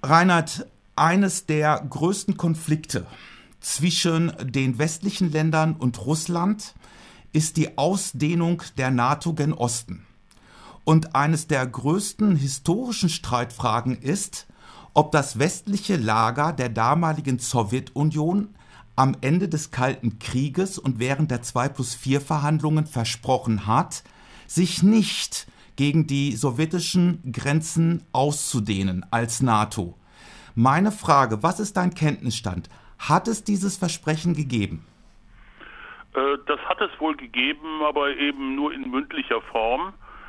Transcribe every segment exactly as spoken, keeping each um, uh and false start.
Reinhard, eines der größten Konflikte zwischen den westlichen Ländern und Russland ist die Ausdehnung der NATO gen Osten. Und eines der größten historischen Streitfragen ist, ob das westliche Lager der damaligen Sowjetunion am Ende des Kalten Krieges und während der zwei plus vier Verhandlungen versprochen hat, sich nicht gegen die sowjetischen Grenzen auszudehnen als NATO. Meine Frage, was ist dein Kenntnisstand? Hat es dieses Versprechen gegeben? Äh, das hat es wohl gegeben, aber eben nur in mündlicher Form.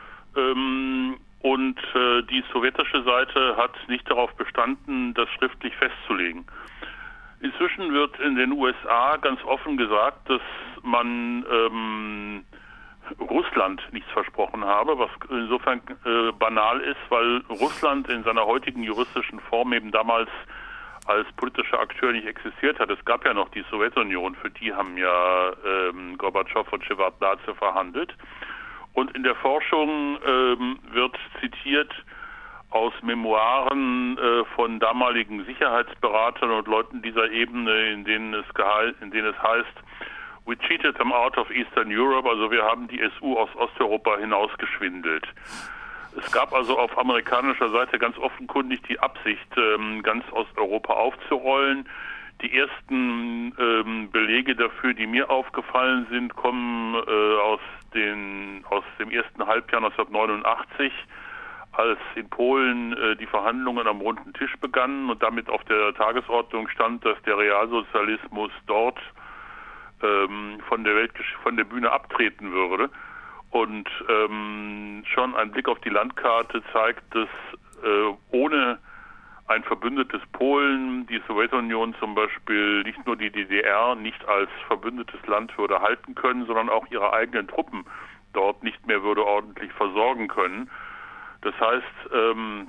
Ähm, und äh, die sowjetische Seite hat nicht darauf bestanden, das schriftlich festzulegen. Inzwischen wird in den U S A ganz offen gesagt, dass man ähm, Russland nichts versprochen habe, was insofern äh, banal ist, weil Russland in seiner heutigen juristischen Form eben damals als politischer Akteur nicht existiert hat. Es gab ja noch die Sowjetunion, für die haben ja ähm, Gorbatschow und Shevardnadse verhandelt. Und in der Forschung ähm, wird zitiert aus Memoiren äh, von damaligen Sicherheitsberatern und Leuten dieser Ebene, in denen es, gehe- in denen es heißt, we cheated them out of Eastern Europe, also wir haben die S U aus Osteuropa hinausgeschwindelt. Es gab also auf amerikanischer Seite ganz offenkundig die Absicht, ähm, ganz Osteuropa aufzurollen. Die ersten ähm, Belege dafür, die mir aufgefallen sind, kommen äh, aus, den, aus dem ersten Halbjahr neunzehnhundertneunundachtzig, als in Polen äh, die Verhandlungen am runden Tisch begannen und damit auf der Tagesordnung stand, dass der Realsozialismus dort ähm, von der Welt, von der Bühne abtreten würde. Und ähm, schon ein Blick auf die Landkarte zeigt, dass äh, ohne ein verbündetes Polen die Sowjetunion zum Beispiel nicht nur die D D R nicht als verbündetes Land würde halten können, sondern auch ihre eigenen Truppen dort nicht mehr würde ordentlich versorgen können. Das heißt, ähm,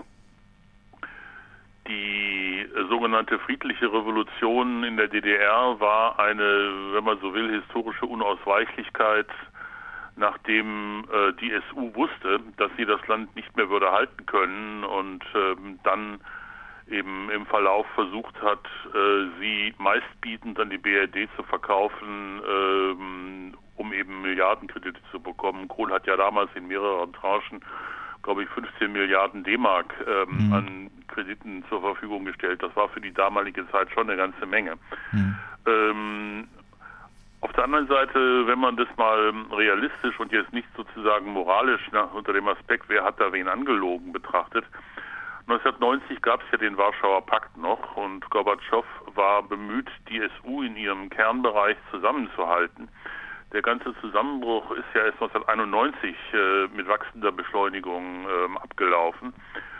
die sogenannte friedliche Revolution in der D D R war eine, wenn man so will, historische Unausweichlichkeit, nachdem äh, die S U wusste, dass sie das Land nicht mehr würde halten können und ähm, dann eben im Verlauf versucht hat, äh, sie meistbietend an die B R D zu verkaufen, ähm, um eben Milliardenkredite zu bekommen. Kohl hat ja damals in mehreren Tranchen, glaube ich, fünfzehn Milliarden D-Mark ähm, mhm. an Krediten zur Verfügung gestellt. Das war für die damalige Zeit schon eine ganze Menge. Mhm. Ähm, Auf der anderen Seite, wenn man das mal realistisch und jetzt nicht sozusagen moralisch nach, unter dem Aspekt, wer hat da wen angelogen, betrachtet, neunzehnhundertneunzig gab es ja den Warschauer Pakt noch und Gorbatschow war bemüht, die S U in ihrem Kernbereich zusammenzuhalten. Der ganze Zusammenbruch ist ja erst neunzehnhunderteinundneunzig äh, mit wachsender Beschleunigung äh, abgelaufen.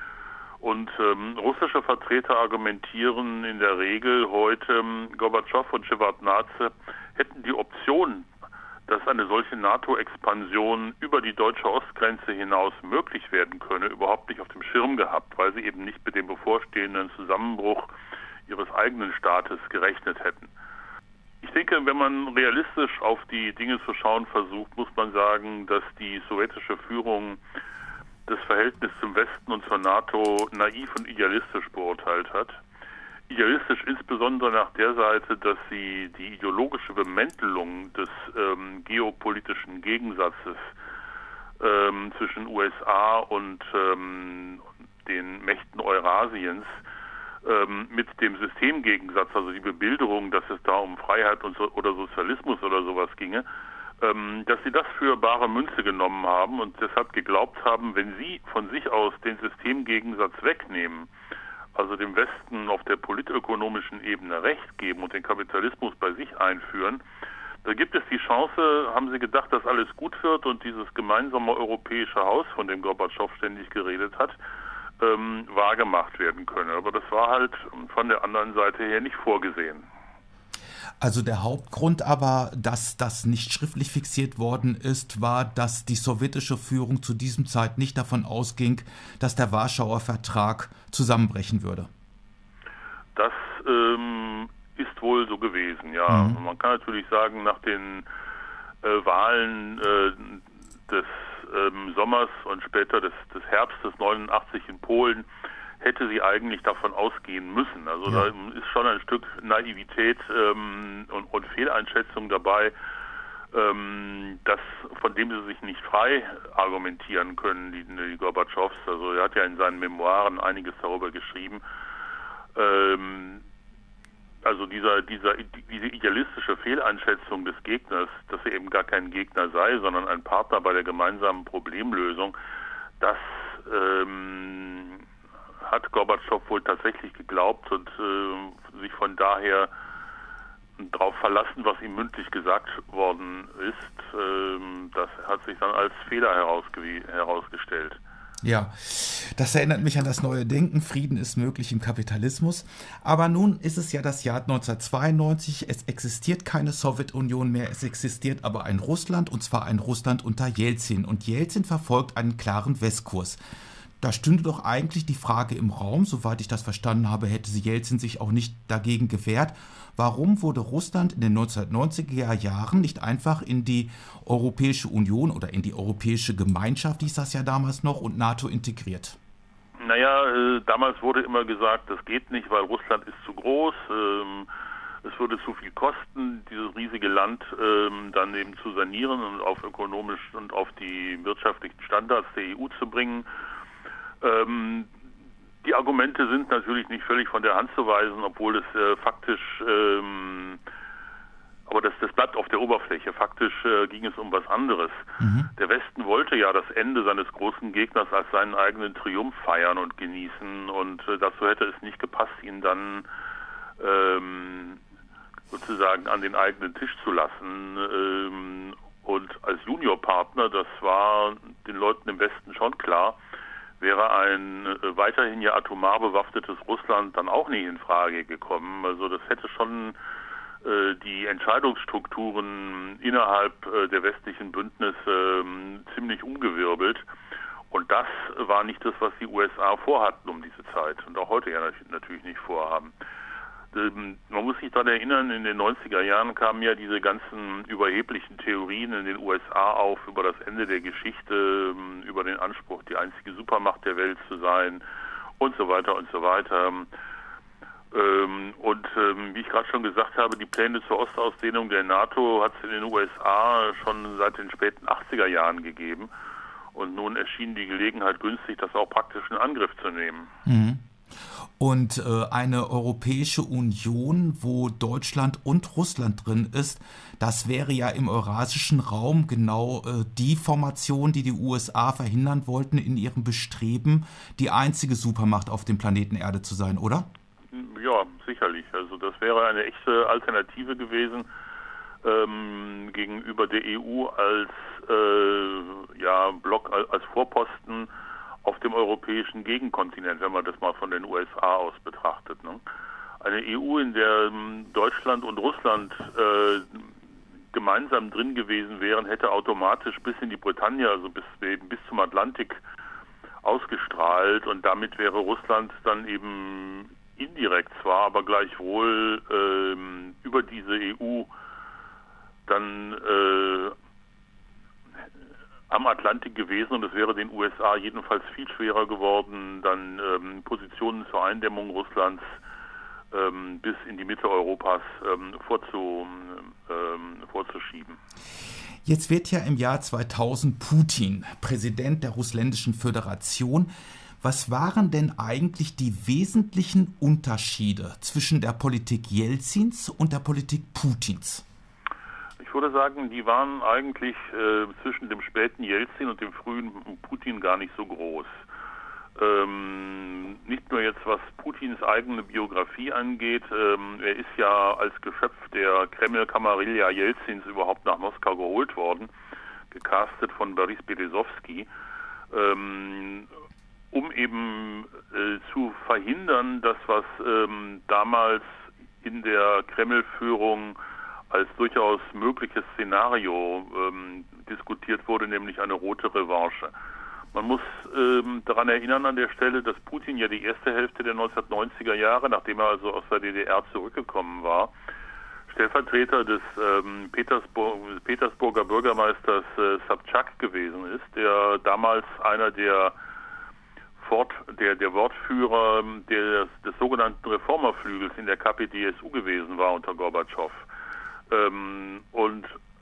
Und ähm, russische Vertreter argumentieren in der Regel heute, ähm, Gorbatschow und Shevardnadse hätten die Option, dass eine solche NATO-Expansion über die deutsche Ostgrenze hinaus möglich werden könne, überhaupt nicht auf dem Schirm gehabt, weil sie eben nicht mit dem bevorstehenden Zusammenbruch ihres eigenen Staates gerechnet hätten. Ich denke, wenn man realistisch auf die Dinge zu schauen versucht, muss man sagen, dass die sowjetische Führung das Verhältnis zum Westen und zur NATO naiv und idealistisch beurteilt hat. Idealistisch insbesondere nach der Seite, dass sie die ideologische Bemäntelung des ähm, geopolitischen Gegensatzes ähm, zwischen U S A und ähm, den Mächten Eurasiens ähm, mit dem Systemgegensatz, also die Bebilderung, dass es da um Freiheit und so, oder Sozialismus oder sowas ginge, ähm, dass sie das für bare Münze genommen haben und deshalb geglaubt haben, wenn sie von sich aus den Systemgegensatz wegnehmen, also dem Westen auf der politökonomischen Ebene Recht geben und den Kapitalismus bei sich einführen, da gibt es die Chance, haben sie gedacht, dass alles gut wird und dieses gemeinsame europäische Haus, von dem Gorbatschow ständig geredet hat, ähm, wahrgemacht werden könne. Aber das war halt von der anderen Seite her nicht vorgesehen. Also der Hauptgrund aber, dass das nicht schriftlich fixiert worden ist, war, dass die sowjetische Führung zu diesem Zeit nicht davon ausging, dass der Warschauer Vertrag zusammenbrechen würde. Das ähm, ist wohl so gewesen, ja. Mhm. Man kann natürlich sagen, nach den äh, Wahlen äh, des ähm, Sommers und später des, des Herbstes neunundachtzig in Polen hätte sie eigentlich davon ausgehen müssen. Also ja. da ist schon ein Stück Naivität ähm, und, und Fehleinschätzung dabei, ähm, das, von dem sie sich nicht frei argumentieren können, die, die Gorbatschows. Also er hat ja in seinen Memoiren einiges darüber geschrieben. Ähm, also dieser, dieser, diese idealistische Fehleinschätzung des Gegners, dass er eben gar kein Gegner sei, sondern ein Partner bei der gemeinsamen Problemlösung, das ähm, hat Gorbatschow wohl tatsächlich geglaubt und äh, sich von daher darauf verlassen, was ihm mündlich gesagt worden ist. Ähm, das hat sich dann als Fehler herausge- herausgestellt. Ja, das erinnert mich an das neue Denken, Frieden ist möglich im Kapitalismus. Aber nun ist es ja das Jahr neunzehnhundertzweiundneunzig, es existiert keine Sowjetunion mehr, es existiert aber ein Russland, und zwar ein Russland unter Jelzin. Und Jelzin verfolgt einen klaren Westkurs. Da stünde doch eigentlich die Frage im Raum, soweit ich das verstanden habe, hätte Jelzin sich auch nicht dagegen gewehrt. Warum wurde Russland in den neunzehnhundertneunziger Jahren nicht einfach in die Europäische Union oder in die Europäische Gemeinschaft, hieß das ja damals noch, und NATO integriert? Naja, äh, damals wurde immer gesagt, das geht nicht, weil Russland ist zu groß. Ähm, es würde zu viel kosten, dieses riesige Land ähm, dann eben zu sanieren und auf ökonomisch und auf die wirtschaftlichen Standards der E U zu bringen. Ähm, die Argumente sind natürlich nicht völlig von der Hand zu weisen, obwohl es äh, faktisch, ähm, aber das, das bleibt auf der Oberfläche. Faktisch äh, ging es um was anderes. Mhm. Der Westen wollte ja das Ende seines großen Gegners als seinen eigenen Triumph feiern und genießen, und äh, dazu hätte es nicht gepasst, ihn dann ähm, sozusagen an den eigenen Tisch zu lassen. Ähm, und als Juniorpartner, das war den Leuten im Westen schon klar, wäre ein äh, weiterhin ja atomar bewaffnetes Russland dann auch nicht in Frage gekommen. Also das hätte schon äh, die Entscheidungsstrukturen innerhalb äh, der westlichen Bündnisse äh, ziemlich umgewirbelt. Und das war nicht das, was die U S A vorhatten um diese Zeit und auch heute ja natürlich nicht vorhaben. Man muss sich daran erinnern, in den neunziger Jahren kamen ja diese ganzen überheblichen Theorien in den U S A auf über das Ende der Geschichte, über den Anspruch, die einzige Supermacht der Welt zu sein und so weiter und so weiter. Und wie ich gerade schon gesagt habe, die Pläne zur Ostausdehnung der NATO hat es in den U S A schon seit den späten achtziger Jahren gegeben. Und nun erschien die Gelegenheit günstig, das auch praktisch in Angriff zu nehmen. Mhm. Und äh, eine Europäische Union, wo Deutschland und Russland drin ist, das wäre ja im eurasischen Raum genau äh, die Formation, die die U S A verhindern wollten in ihrem Bestreben, die einzige Supermacht auf dem Planeten Erde zu sein, oder? Ja, sicherlich. Also das wäre eine echte Alternative gewesen ähm, gegenüber der E U als äh, ja, Block, als Vorposten auf dem europäischen Gegenkontinent, wenn man das mal von den U S A aus betrachtet. Ne? Eine E U, in der ähm, Deutschland und Russland äh, gemeinsam drin gewesen wären, hätte automatisch bis in die Bretagne, also bis, bis zum Atlantik ausgestrahlt, und damit wäre Russland dann eben indirekt zwar, aber gleichwohl ähm, über diese E U dann äh, am Atlantik gewesen, und es wäre den U S A jedenfalls viel schwerer geworden, dann ähm, Positionen zur Eindämmung Russlands ähm, bis in die Mitte Europas ähm, vorzu, ähm, vorzuschieben. Jetzt wird ja im Jahr zweitausend Putin Präsident der Russländischen Föderation. Was waren denn eigentlich die wesentlichen Unterschiede zwischen der Politik Jelzins und der Politik Putins? Ich würde sagen, die waren eigentlich äh, zwischen dem späten Jelzin und dem frühen Putin gar nicht so groß. Ähm, nicht nur jetzt, was Putins eigene Biografie angeht, ähm, er ist ja als Geschöpf der Kreml-Kamarilla Jelzins überhaupt nach Moskau geholt worden, gecastet von Boris Berezowski, ähm, um eben äh, zu verhindern, dass was ähm, damals in der Kreml-Führung als durchaus mögliches Szenario ähm, diskutiert wurde, nämlich eine rote Revanche. Man muss ähm, daran erinnern an der Stelle, dass Putin ja die erste Hälfte der neunzehnhundertneunziger Jahre, nachdem er also aus der D D R zurückgekommen war, Stellvertreter des ähm, Petersburg, Petersburger Bürgermeisters äh, Sobchak gewesen ist, der damals einer der Fort, der, der Wortführer des, des sogenannten Reformerflügels in der K P D S U gewesen war unter Gorbatschow. Ähm, und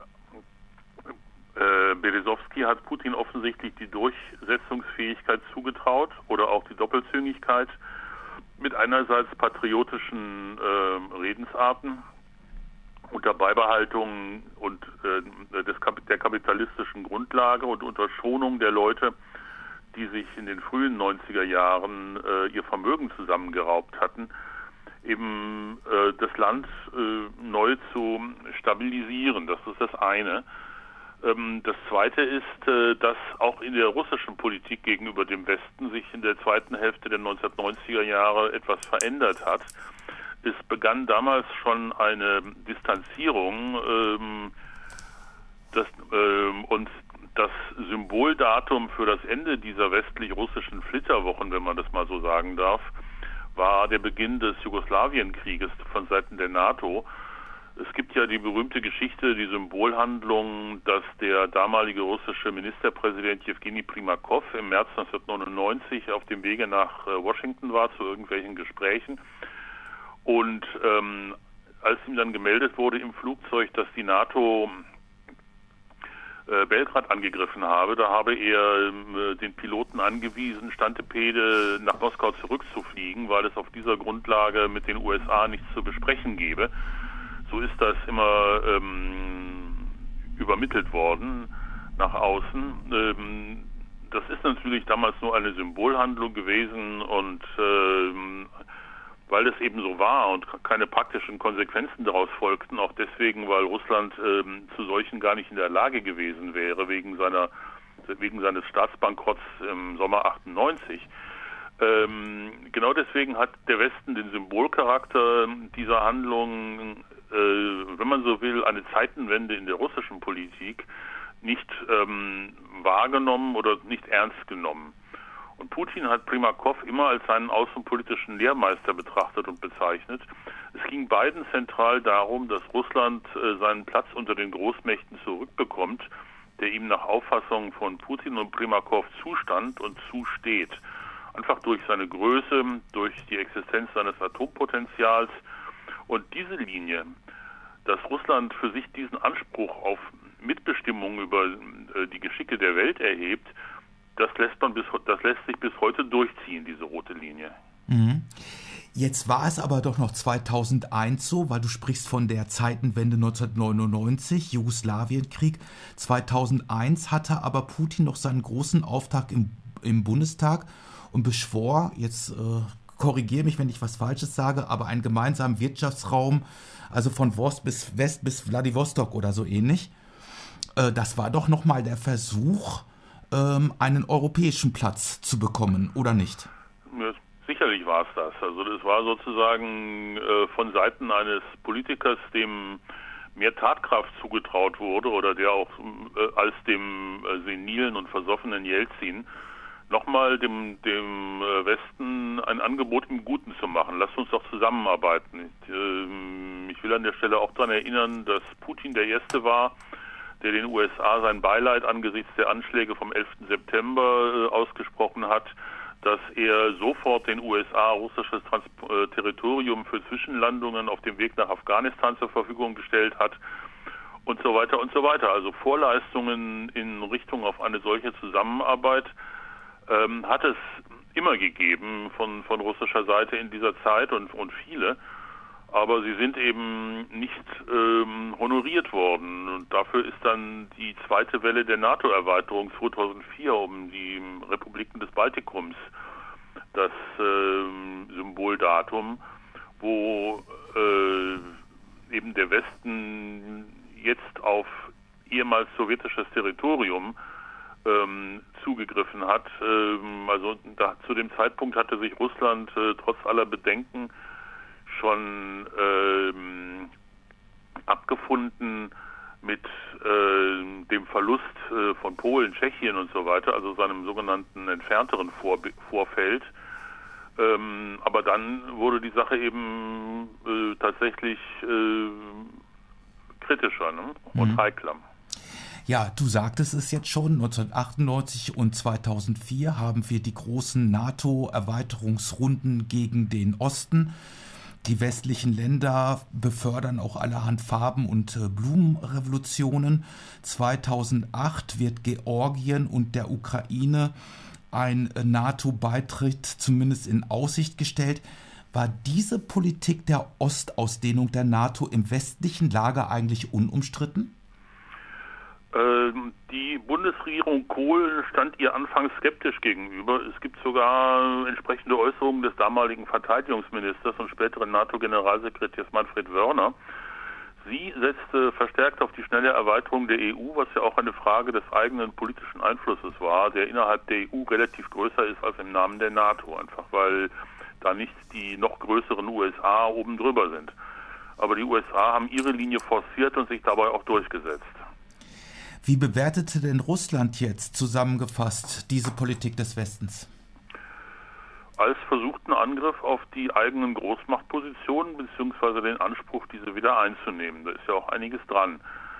äh, Berezowski hat Putin offensichtlich die Durchsetzungsfähigkeit zugetraut oder auch die Doppelzüngigkeit mit einerseits patriotischen äh, Redensarten unter Beibehaltung und äh, des, der kapitalistischen Grundlage und unter Schonung der Leute, die sich in den frühen neunziger Jahren äh, ihr Vermögen zusammengeraubt hatten, eben äh, das Land äh, neu zu stabilisieren. Das ist das eine. Ähm, das zweite ist, äh, dass auch in der russischen Politik gegenüber dem Westen sich in der zweiten Hälfte der neunzehnhundertneunziger Jahre etwas verändert hat. Es begann damals schon eine Distanzierung ähm, das, ähm, und das Symboldatum für das Ende dieser westlich-russischen Flitterwochen, wenn man das mal so sagen darf, war der Beginn des Jugoslawienkrieges von Seiten der NATO. Es gibt ja die berühmte Geschichte, die Symbolhandlung, dass der damalige russische Ministerpräsident Jewgeni Primakov im März neunzehnhundertneunundneunzig auf dem Wege nach Washington war zu irgendwelchen Gesprächen. Und ähm, als ihm dann gemeldet wurde im Flugzeug, dass die NATO äh, Belgrad angegriffen habe, da habe er äh, den Piloten angewiesen, Stantepede nach Moskau zurückzufliegen, weil es auf dieser Grundlage mit den U S A nichts zu besprechen gebe. So ist das immer ähm, übermittelt worden nach außen. Ähm, das ist natürlich damals nur eine Symbolhandlung gewesen und ähm, weil es eben so war und keine praktischen Konsequenzen daraus folgten, auch deswegen, weil Russland ähm, zu solchen gar nicht in der Lage gewesen wäre, wegen seiner wegen seines Staatsbankrotts im Sommer achtundneunzig. Ähm, genau deswegen hat der Westen den Symbolcharakter dieser Handlung, äh, wenn man so will, eine Zeitenwende in der russischen Politik nicht ähm, wahrgenommen oder nicht ernst genommen. Und Putin hat Primakov immer als seinen außenpolitischen Lehrmeister betrachtet und bezeichnet. Es ging beiden zentral darum, dass Russland äh, seinen Platz unter den Großmächten zurückbekommt, der ihm nach Auffassung von Putin und Primakov zustand und zusteht. Einfach durch seine Größe, durch die Existenz seines Atompotenzials. Und diese Linie, dass Russland für sich diesen Anspruch auf Mitbestimmung über äh, die Geschicke der Welt erhebt, Das lässt man bis, das lässt sich bis heute durchziehen, diese rote Linie. Mhm. Jetzt war es aber doch noch zweitausendeins so, weil du sprichst von der Zeitenwende neunzehnhundertneunundneunzig, Jugoslawienkrieg. zweitausendeins hatte aber Putin noch seinen großen Auftakt im, im Bundestag und beschwor, jetzt äh, korrigiere mich, wenn ich was Falsches sage, aber einen gemeinsamen Wirtschaftsraum, also von Ost bis West bis Wladiwostok oder so ähnlich. Äh, das war doch nochmal der Versuch, einen europäischen Platz zu bekommen, oder nicht? Ja, sicherlich war es das. Also das war sozusagen äh, von Seiten eines Politikers, dem mehr Tatkraft zugetraut wurde oder der auch äh, als dem äh, senilen und versoffenen Jelzin nochmal dem, dem äh, Westen ein Angebot im Guten zu machen. Lasst uns doch zusammenarbeiten. Ich, äh, ich will an der Stelle auch daran erinnern, dass Putin der Erste war, der den U S A sein Beileid angesichts der Anschläge vom elften September äh, ausgesprochen hat, dass er sofort den U S A russisches Trans- äh, Territorium für Zwischenlandungen auf dem Weg nach Afghanistan zur Verfügung gestellt hat und so weiter und so weiter. Also Vorleistungen in Richtung auf eine solche Zusammenarbeit ähm, hat es immer gegeben von, von russischer Seite in dieser Zeit und, und viele. Aber sie sind eben nicht ähm, honoriert worden. Und dafür ist dann die zweite Welle der NATO-Erweiterung zweitausendvier um die Republiken des Baltikums das ähm, Symboldatum, wo äh, eben der Westen jetzt auf ehemals sowjetisches Territorium ähm, zugegriffen hat. Ähm, also da, zu dem Zeitpunkt hatte sich Russland äh, trotz aller Bedenken schon ähm, abgefunden mit äh, dem Verlust äh, von Polen, Tschechien und so weiter, also seinem sogenannten entfernteren Vor- Vorfeld. Ähm, aber dann wurde die Sache eben äh, tatsächlich äh, kritischer, ne? Und mhm. heikler. Ja, du sagtest es jetzt schon, neunzehnhundertachtundneunzig und zweitausendvier haben wir die großen NATO-Erweiterungsrunden gegen den Osten. Die westlichen Länder befördern auch allerhand Farben- und äh, Blumenrevolutionen. zweitausendacht wird Georgien und der Ukraine ein äh, NATO-Beitritt zumindest in Aussicht gestellt. War diese Politik der Ostausdehnung der NATO im westlichen Lager eigentlich unumstritten? Die Bundesregierung Kohl stand ihr anfangs skeptisch gegenüber. Es gibt sogar entsprechende Äußerungen des damaligen Verteidigungsministers und späteren NATO-Generalsekretärs Manfred Wörner. Sie setzte verstärkt auf die schnelle Erweiterung der E U, was ja auch eine Frage des eigenen politischen Einflusses war, der innerhalb der E U relativ größer ist als im Namen der NATO, einfach weil da nicht die noch größeren U S A oben drüber sind. Aber die U S A haben ihre Linie forciert und sich dabei auch durchgesetzt. Wie bewertete denn Russland jetzt zusammengefasst diese Politik des Westens? Als versuchten Angriff auf die eigenen Großmachtpositionen bzw. den Anspruch, diese wieder einzunehmen. Da ist ja auch einiges dran.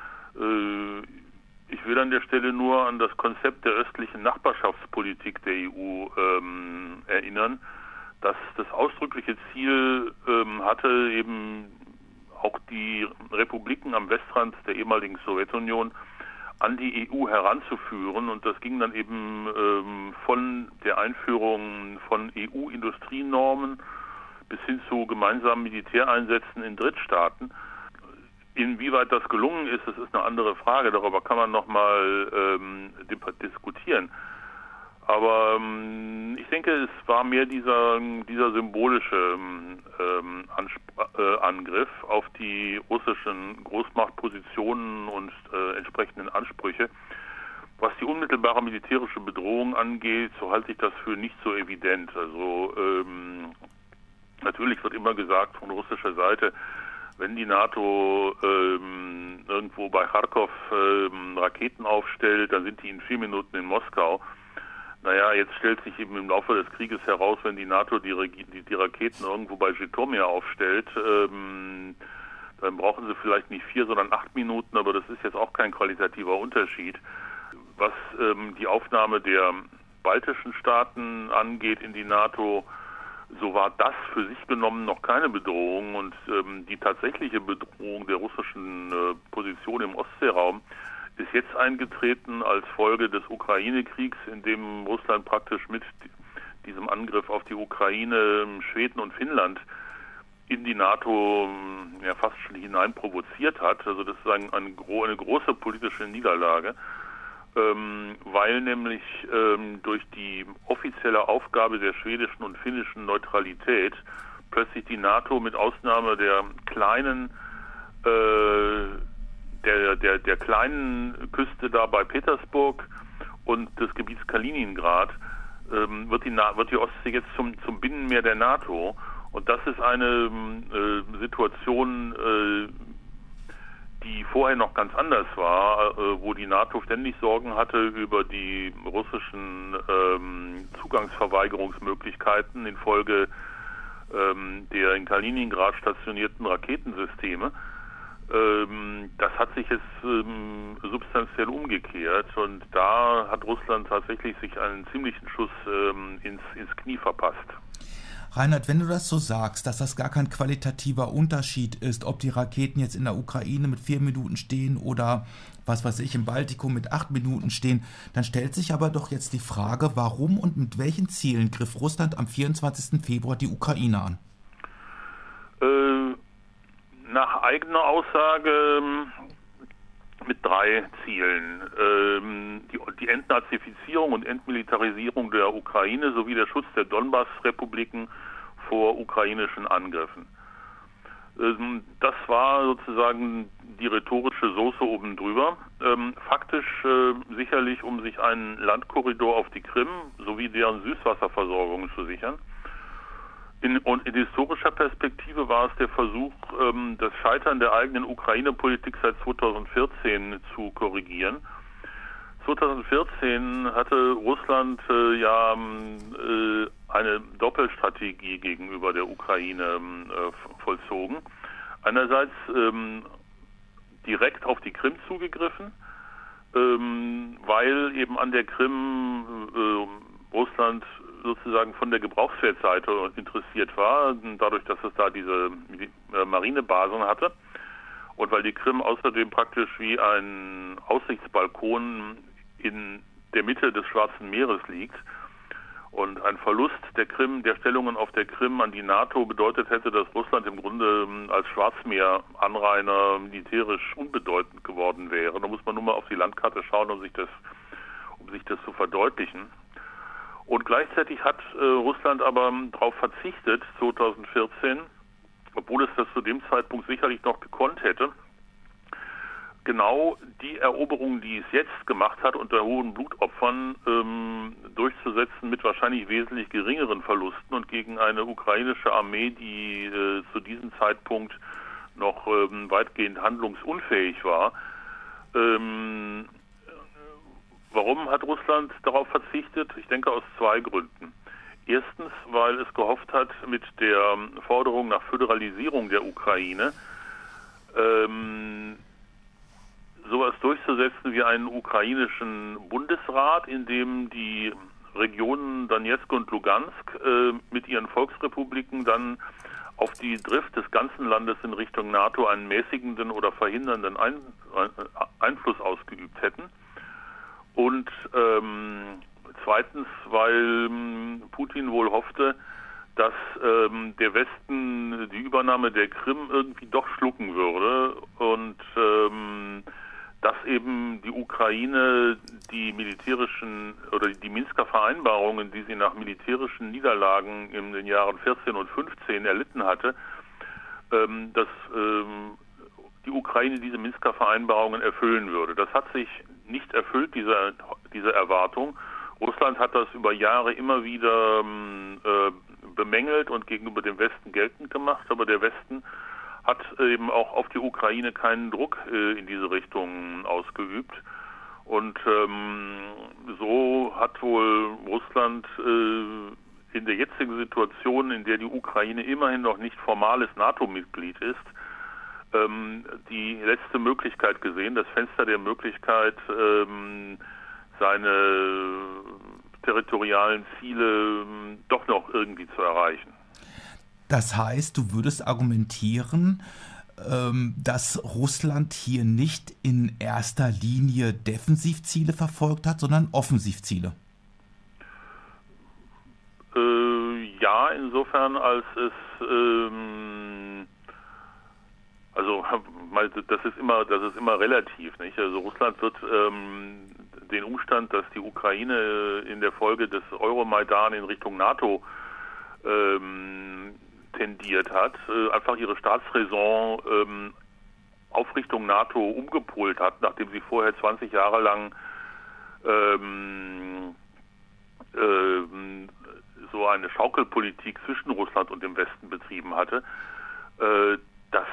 Ich will an der Stelle nur an das Konzept der östlichen Nachbarschaftspolitik der E U ähm, erinnern, dass das ausdrückliche Ziel ähm, hatte, eben auch die Republiken am Westrand der ehemaligen Sowjetunion an die E U heranzuführen, und das ging dann eben ähm, von der Einführung von E U-Industrienormen bis hin zu gemeinsamen Militäreinsätzen in Drittstaaten. Inwieweit das gelungen ist, das ist eine andere Frage, darüber kann man nochmal ähm, diskutieren. Aber ähm, ich denke, es war mehr dieser, dieser symbolische ähm, Anspr- äh, Angriff auf die russischen Großmachtpositionen und äh, entsprechenden Ansprüche. Was die unmittelbare militärische Bedrohung angeht, so halte ich das für nicht so evident. Also ähm, natürlich wird immer gesagt von russischer Seite, wenn die NATO ähm, irgendwo bei Charkow ähm, Raketen aufstellt, dann sind die in vier Minuten in Moskau. Naja, jetzt stellt sich eben im Laufe des Krieges heraus, wenn die NATO die, die, die Raketen irgendwo bei Zhytomyr aufstellt, ähm, dann brauchen sie vielleicht nicht vier, sondern acht Minuten, aber das ist jetzt auch kein qualitativer Unterschied. Was ähm, die Aufnahme der baltischen Staaten angeht in die NATO, so war das für sich genommen noch keine Bedrohung, und ähm, die tatsächliche Bedrohung der russischen äh, Position im Ostseeraum ist jetzt eingetreten als Folge des Ukraine-Kriegs, in dem Russland praktisch mit diesem Angriff auf die Ukraine Schweden und Finnland in die NATO ja fast schon hinein provoziert hat. Also das ist ein, ein, eine große politische Niederlage, ähm, weil nämlich ähm, durch die offizielle Aufgabe der schwedischen und finnischen Neutralität plötzlich die NATO mit Ausnahme der kleinen äh, Der, der, der kleinen Küste da bei Petersburg und des Gebiets Kaliningrad ähm, wird, die, wird die Ostsee jetzt zum, zum Binnenmeer der NATO. Und das ist eine äh, Situation, äh, die vorher noch ganz anders war, äh, wo die NATO ständig Sorgen hatte über die russischen ähm, Zugangsverweigerungsmöglichkeiten infolge ähm, der in Kaliningrad stationierten Raketensysteme. Das hat sich jetzt ähm, substanziell umgekehrt, und da hat Russland tatsächlich sich einen ziemlichen Schuss ähm, ins, ins Knie verpasst. Reinhard, wenn du das so sagst, dass das gar kein qualitativer Unterschied ist, ob die Raketen jetzt in der Ukraine mit vier Minuten stehen oder, was weiß ich, im Baltikum mit acht Minuten stehen, dann stellt sich aber doch jetzt die Frage, warum und mit welchen Zielen griff Russland am vierundzwanzigsten Februar die Ukraine an? Äh, Nach eigener Aussage mit drei Zielen. Die, die Entnazifizierung und Entmilitarisierung der Ukraine sowie der Schutz der Donbass-Republiken vor ukrainischen Angriffen. Das war sozusagen die rhetorische Soße oben drüber. Faktisch sicherlich, um sich einen Landkorridor auf die Krim sowie deren Süßwasserversorgung zu sichern. In, und in historischer Perspektive war es der Versuch, ähm, das Scheitern der eigenen Ukraine-Politik seit zweitausendvierzehn zu korrigieren. zweitausendvierzehn hatte Russland äh, ja äh, eine Doppelstrategie gegenüber der Ukraine äh, vollzogen. Einerseits ähm, direkt auf die Krim zugegriffen, ähm, weil eben an der Krim äh, Russland sozusagen von der Gebrauchswertseite interessiert war, dadurch, dass es da diese äh, Marinebasen hatte und weil die Krim außerdem praktisch wie ein Aussichtsbalkon in der Mitte des Schwarzen Meeres liegt. Und ein Verlust der Krim, der Stellungen auf der Krim an die NATO bedeutet hätte, dass Russland im Grunde als Schwarzmeeranrainer militärisch unbedeutend geworden wäre. Da muss man nur mal auf die Landkarte schauen, um sich das, um sich das zu verdeutlichen. Und gleichzeitig hat äh, Russland aber darauf verzichtet, zweitausendvierzehn, obwohl es das zu dem Zeitpunkt sicherlich noch gekonnt hätte, genau die Eroberungen, die es jetzt gemacht hat, unter hohen Blutopfern ähm, durchzusetzen mit wahrscheinlich wesentlich geringeren Verlusten und gegen eine ukrainische Armee, die äh, zu diesem Zeitpunkt noch ähm, weitgehend handlungsunfähig war. Ähm, warum hat Russland darauf verzichtet? Ich denke aus zwei Gründen. Erstens, weil es gehofft hat, mit der Forderung nach Föderalisierung der Ukraine ähm, sowas durchzusetzen wie einen ukrainischen Bundesrat, in dem die Regionen Donetsk und Lugansk äh, mit ihren Volksrepubliken dann auf die Drift des ganzen Landes in Richtung NATO einen mäßigenden oder verhindernden Ein- Einfluss ausgeübt hätten. Und ähm, zweitens, weil ähm, Putin wohl hoffte, dass ähm, der Westen die Übernahme der Krim irgendwie doch schlucken würde und ähm, dass eben die Ukraine die militärischen oder die Minsker Vereinbarungen, die sie nach militärischen Niederlagen in den Jahren vierzehn und fünfzehn erlitten hatte, ähm, dass ähm, die Ukraine diese Minsker Vereinbarungen erfüllen würde. Das hat sich nicht erfüllt, diese, diese Erwartung. Russland hat das über Jahre immer wieder äh, bemängelt und gegenüber dem Westen geltend gemacht, aber der Westen hat eben auch auf die Ukraine keinen Druck äh, in diese Richtung ausgeübt. Und ähm, so hat wohl Russland äh, in der jetzigen Situation, in der die Ukraine immerhin noch nicht formales NATO-Mitglied ist, ähm, die letzte Möglichkeit gesehen, das Fenster der Möglichkeit, ähm, seine territorialen Ziele ähm, doch noch irgendwie zu erreichen. Das heißt, du würdest argumentieren, dass Russland hier nicht in erster Linie Defensivziele verfolgt hat, sondern Offensivziele. Äh, ja, insofern als es ähm, also das ist immer das ist immer relativ, nicht? Also Russland wird ähm, den Umstand, dass die Ukraine in der Folge des Euromaidan in Richtung NATO ähm, tendiert hat, äh, einfach ihre Staatsräson ähm, auf Richtung NATO umgepolt hat, nachdem sie vorher zwanzig Jahre lang ähm, äh, so eine Schaukelpolitik zwischen Russland und dem Westen betrieben hatte. Äh, das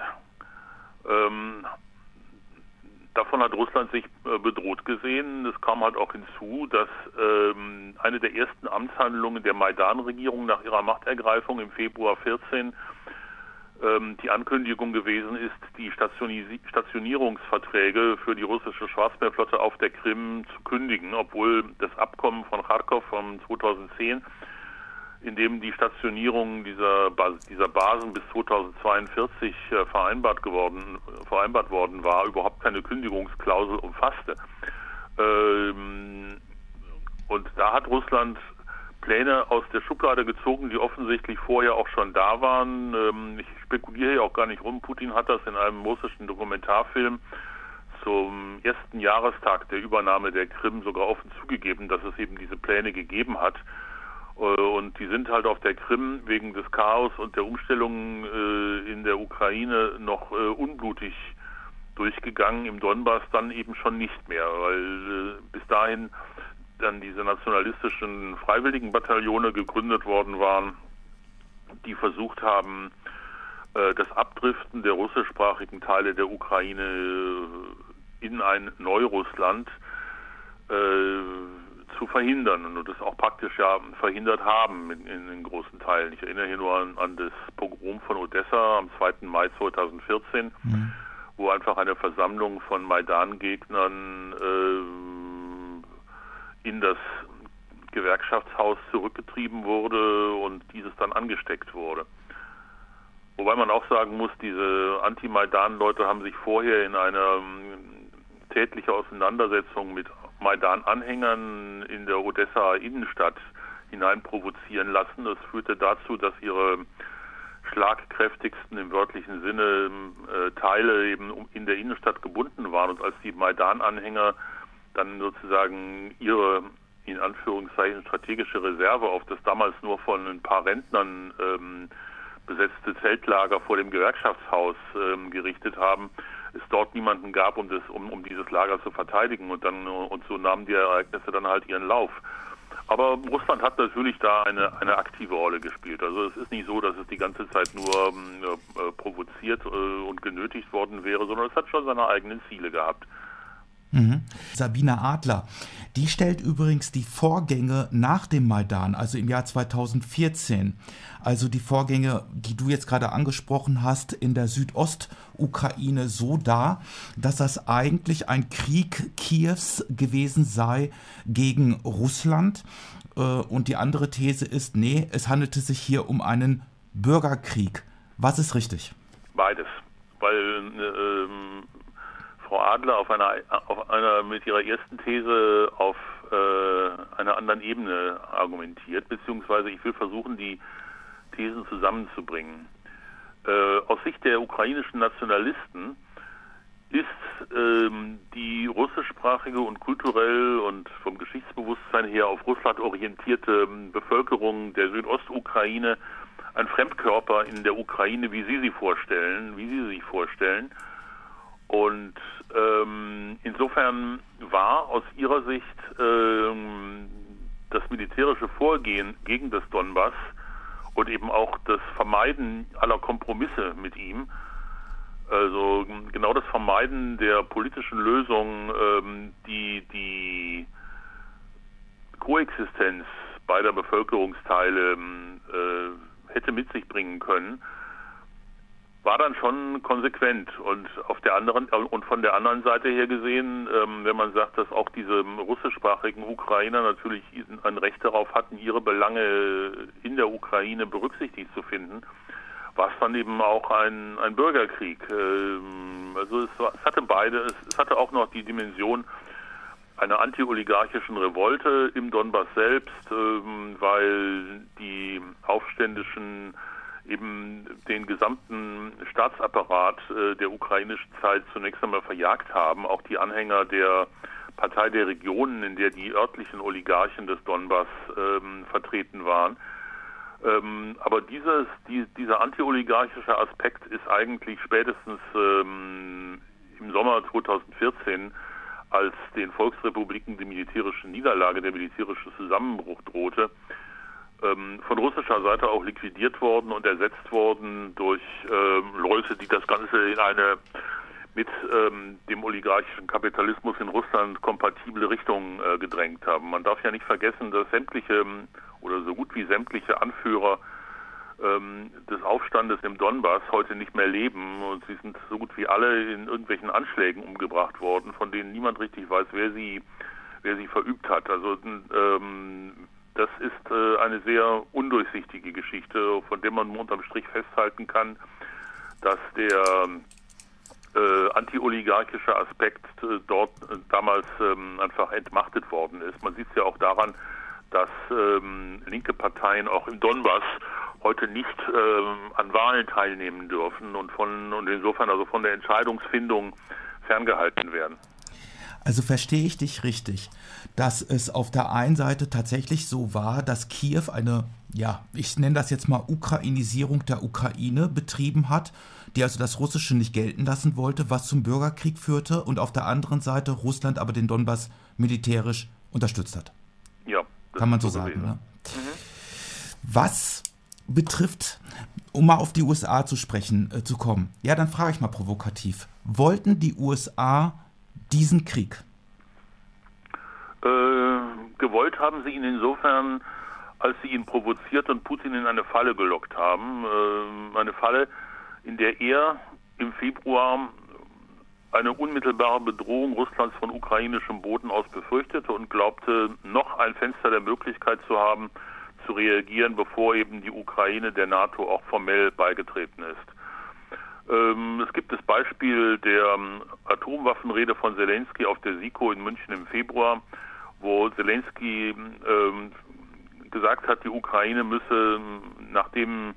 ähm, Davon hat Russland sich äh, bedroht gesehen. Es kam halt auch hinzu, dass ähm, eine der ersten Amtshandlungen der Maidan-Regierung nach ihrer Machtergreifung im Februar vierzehn ähm, die Ankündigung gewesen ist, die Stationis- Stationierungsverträge für die russische Schwarzmeerflotte auf der Krim zu kündigen, obwohl das Abkommen von Charkow von zweitausendzehn, in dem die Stationierung dieser, Bas- dieser Basen bis zweitausendzweiundvierzig äh, vereinbart geworden, vereinbart worden war, überhaupt keine Kündigungsklausel umfasste. Ähm, und da hat Russland Pläne aus der Schublade gezogen, die offensichtlich vorher auch schon da waren. Ähm, ich spekuliere hier auch gar nicht rum. Putin hat das in einem russischen Dokumentarfilm zum ersten Jahrestag der Übernahme der Krim sogar offen zugegeben, dass es eben diese Pläne gegeben hat. Und die sind halt auf der Krim wegen des Chaos und der Umstellungen äh, in der Ukraine noch äh, unblutig durchgegangen, im Donbass dann eben schon nicht mehr, weil äh, bis dahin dann diese nationalistischen Freiwilligenbataillone gegründet worden waren, die versucht haben, äh, das Abdriften der russischsprachigen Teile der Ukraine in ein Neurussland äh, zu verhindern und das auch praktisch ja verhindert haben in, in, in großen Teilen. Ich erinnere hier nur an, an das Pogrom von Odessa am zweiten Mai zweitausendvierzehn, mhm. wo einfach eine Versammlung von Maidan-Gegnern äh, in das Gewerkschaftshaus zurückgetrieben wurde und dieses dann angesteckt wurde. Wobei man auch sagen muss, diese Anti-Maidan-Leute haben sich vorher in eine tätliche Auseinandersetzung mit Maidan-Anhängern in der Odessa Innenstadt hinein provozieren lassen. Das führte dazu, dass ihre schlagkräftigsten im wörtlichen Sinne äh, Teile eben in der Innenstadt gebunden waren. Und als die Maidan-Anhänger dann sozusagen ihre, in Anführungszeichen, strategische Reserve auf das damals nur von ein paar Rentnern ähm, besetzte Zeltlager vor dem Gewerkschaftshaus ähm, gerichtet haben, es dort niemanden gab, um, das, um, um dieses Lager zu verteidigen. Und, dann, und so nahmen die Ereignisse dann halt ihren Lauf. Aber Russland hat natürlich da eine, eine aktive Rolle gespielt. Also es ist nicht so, dass es die ganze Zeit nur äh, provoziert äh, und genötigt worden wäre, sondern es hat schon seine eigenen Ziele gehabt. Mhm. Sabine Adler, die stellt übrigens die Vorgänge nach dem Maidan, also im Jahr zweitausendvierzehn, also die Vorgänge, die du jetzt gerade angesprochen hast, in der Südostukraine so dar, dass das eigentlich ein Krieg Kiews gewesen sei gegen Russland. Und die andere These ist, nee, es handelte sich hier um einen Bürgerkrieg. Was ist richtig? Beides, weil ähm Frau Adler auf einer, auf einer mit ihrer ersten These auf äh, einer anderen Ebene argumentiert, beziehungsweise ich will versuchen, die Thesen zusammenzubringen. Äh, aus Sicht der ukrainischen Nationalisten ist ähm, die russischsprachige und kulturell und vom Geschichtsbewusstsein her auf Russland orientierte Bevölkerung der Südostukraine ein Fremdkörper in der Ukraine, wie sie sie vorstellen, wie sie sich vorstellen. Und ähm, insofern war aus ihrer Sicht ähm, das militärische Vorgehen gegen das Donbass und eben auch das Vermeiden aller Kompromisse mit ihm, also genau das Vermeiden der politischen Lösung, ähm, die die Koexistenz beider Bevölkerungsteile äh, hätte mit sich bringen können, war dann schon konsequent. Und auf der anderen und von der anderen Seite her gesehen, ähm, wenn man sagt, dass auch diese russischsprachigen Ukrainer natürlich ein Recht darauf hatten, ihre Belange in der Ukraine berücksichtigt zu finden, war es dann eben auch ein, ein Bürgerkrieg. Ähm, also es, war, es hatte beide, es, es hatte auch noch die Dimension einer anti-oligarchischen Revolte im Donbass selbst, ähm, weil die Aufständischen eben den gesamten Staatsapparat äh, der ukrainischen Zeit zunächst einmal verjagt haben, auch die Anhänger der Partei der Regionen, in der die örtlichen Oligarchen des Donbass ähm, vertreten waren. Ähm, aber dieses, die, dieser anti-oligarchische Aspekt ist eigentlich spätestens ähm, im Sommer zweitausendvierzehn, als den Volksrepubliken die militärische Niederlage, der militärische Zusammenbruch drohte, von russischer Seite auch liquidiert worden und ersetzt worden durch ähm, Leute, die das Ganze in eine mit ähm, dem oligarchischen Kapitalismus in Russland kompatible Richtung äh, gedrängt haben. Man darf ja nicht vergessen, dass sämtliche oder so gut wie sämtliche Anführer ähm, des Aufstandes im Donbass heute nicht mehr leben und sie sind so gut wie alle in irgendwelchen Anschlägen umgebracht worden, von denen niemand richtig weiß, wer sie, wer sie verübt hat. Also ähm, Das ist äh, eine sehr undurchsichtige Geschichte, von der man unterm Strich festhalten kann, dass der äh, anti-oligarchische Aspekt äh, dort äh, damals ähm, einfach entmachtet worden ist. Man sieht es ja auch daran, dass ähm, linke Parteien auch im Donbass heute nicht ähm, an Wahlen teilnehmen dürfen und von und insofern also von der Entscheidungsfindung ferngehalten werden. Also verstehe ich dich richtig, dass es auf der einen Seite tatsächlich so war, dass Kiew eine, ja, ich nenne das jetzt mal Ukrainisierung der Ukraine betrieben hat, die also das Russische nicht gelten lassen wollte, was zum Bürgerkrieg führte und auf der anderen Seite Russland aber den Donbass militärisch unterstützt hat. Ja, das kann man so sagen. Ne? Mhm. Was betrifft, um mal auf die U S A zu sprechen äh, zu kommen, ja, dann frage ich mal provokativ, wollten die U S A diesen Krieg? Äh, gewollt haben sie ihn insofern, als sie ihn provoziert und Putin in eine Falle gelockt haben. Äh, eine Falle, in der er im Februar eine unmittelbare Bedrohung Russlands von ukrainischem Boden aus befürchtete und glaubte, noch ein Fenster der Möglichkeit zu haben, zu reagieren, bevor eben die Ukraine der NATO auch formell beigetreten ist. Ähm, es gibt das Beispiel der ähm, Atomwaffenrede von Zelensky auf der SIKO in München im Februar, wo Zelensky ähm, gesagt hat, die Ukraine müsse, nachdem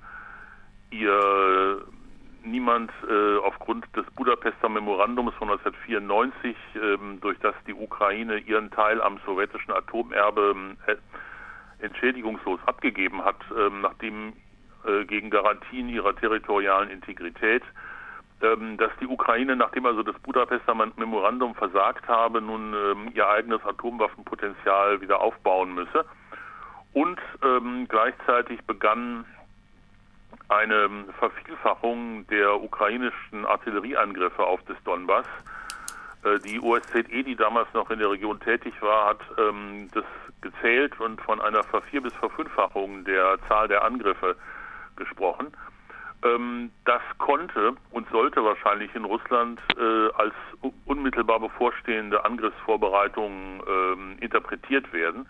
ihr niemand äh, aufgrund des Budapester Memorandums von neunzehnhundertvierundneunzig, ähm, durch das die Ukraine ihren Teil am sowjetischen Atomerbe äh, entschädigungslos abgegeben hat, ähm, nachdem äh, gegen Garantien ihrer territorialen Integrität, ähm, dass die Ukraine, nachdem also das Budapester Memorandum versagt habe, nun ähm, ihr eigenes Atomwaffenpotenzial wieder aufbauen müsse. Und ähm, gleichzeitig begann eine Vervielfachung der ukrainischen Artillerieangriffe auf das Donbass. Äh, die O S Z E, die damals noch in der Region tätig war, hat ähm, das gezählt und von einer Vervier- bis Verfünffachung der Zahl der Angriffe gesprochen. Ähm, das konnte und sollte wahrscheinlich in Russland äh, als unmittelbar bevorstehende Angriffsvorbereitung ähm, interpretiert werden.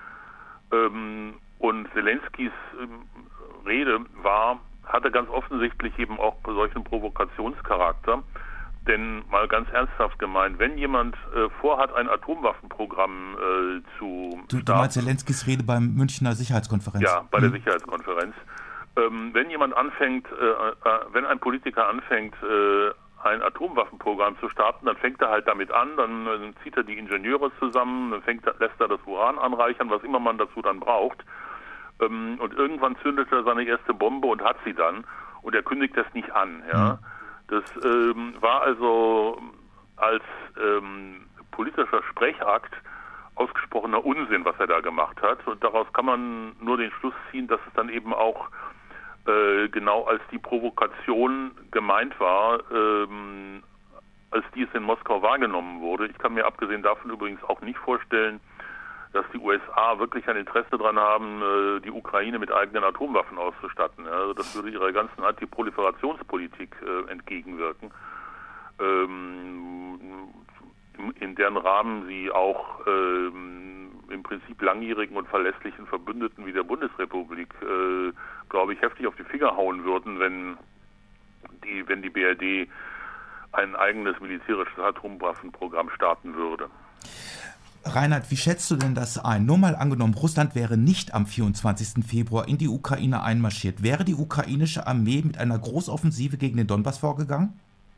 Ähm, und Zelenskys ähm, Rede war, hatte ganz offensichtlich eben auch solchen Provokationscharakter. Denn mal ganz ernsthaft gemeint, wenn jemand äh, vorhat, ein Atomwaffenprogramm äh, zu Du, du meinst Zelenskys Rede beim Münchner Sicherheitskonferenz? Ja, bei der Sicherheitskonferenz. Ähm, wenn jemand anfängt, äh, äh, wenn ein Politiker anfängt, äh, ein Atomwaffenprogramm zu starten, dann fängt er halt damit an, dann äh, zieht er die Ingenieure zusammen, dann fängt, lässt er das Uran anreichern, was immer man dazu dann braucht. Ähm, und irgendwann zündet er seine erste Bombe und hat sie dann. Und er kündigt das nicht an, ja. Mhm. Das ähm, war also als ähm, politischer Sprechakt ausgesprochener Unsinn, was er da gemacht hat. Und daraus kann man nur den Schluss ziehen, dass es dann eben auch äh, genau als die Provokation gemeint war, ähm, als die es in Moskau wahrgenommen wurde. Ich kann mir abgesehen davon übrigens auch nicht vorstellen, dass die U S A wirklich ein Interesse daran haben, äh, die Ukraine mit eigenen Atomwaffen auszustatten. Ja, also das würde ihrer ganzen Antiproliferationspolitik äh, entgegenwirken, ähm, in deren Rahmen sie auch ähm, im Prinzip langjährigen und verlässlichen Verbündeten wie der Bundesrepublik, äh, glaube ich, heftig auf die Finger hauen würden, wenn die, wenn die B R D ein eigenes militärisches Atomwaffenprogramm starten würde. Reinhard, wie schätzt du denn das ein? Nur mal angenommen, Russland wäre nicht am vierundzwanzigsten Februar in die Ukraine einmarschiert. Wäre die ukrainische Armee mit einer Großoffensive gegen den Donbass vorgegangen?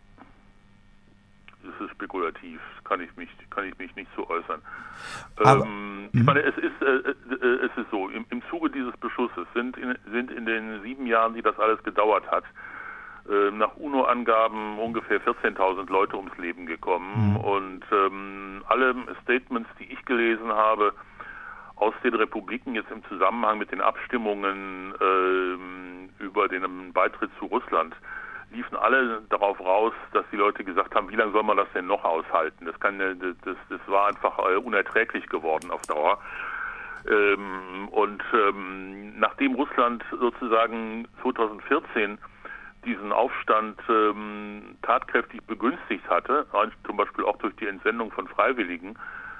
Das ist spekulativ, kann ich mich, kann ich mich nicht so äußern. Aber, ähm, ich meine, es ist, äh, äh, es ist so, im, im Zuge dieses Beschlusses sind in, sind in den sieben Jahren, die das alles gedauert hat, nach UNO-Angaben ungefähr vierzehntausend Leute ums Leben gekommen. Mhm. Und ähm, alle Statements, die ich gelesen habe aus den Republiken jetzt im Zusammenhang mit den Abstimmungen ähm, über den Beitritt zu Russland, liefen alle darauf raus, dass die Leute gesagt haben, wie lange soll man das denn noch aushalten? Das, kann, das, das war einfach unerträglich geworden auf Dauer. Ähm, und ähm, nachdem Russland sozusagen zweitausendvierzehn diesen Aufstand ähm, tatkräftig begünstigt hatte, zum Beispiel auch durch die Entsendung von Freiwilligen,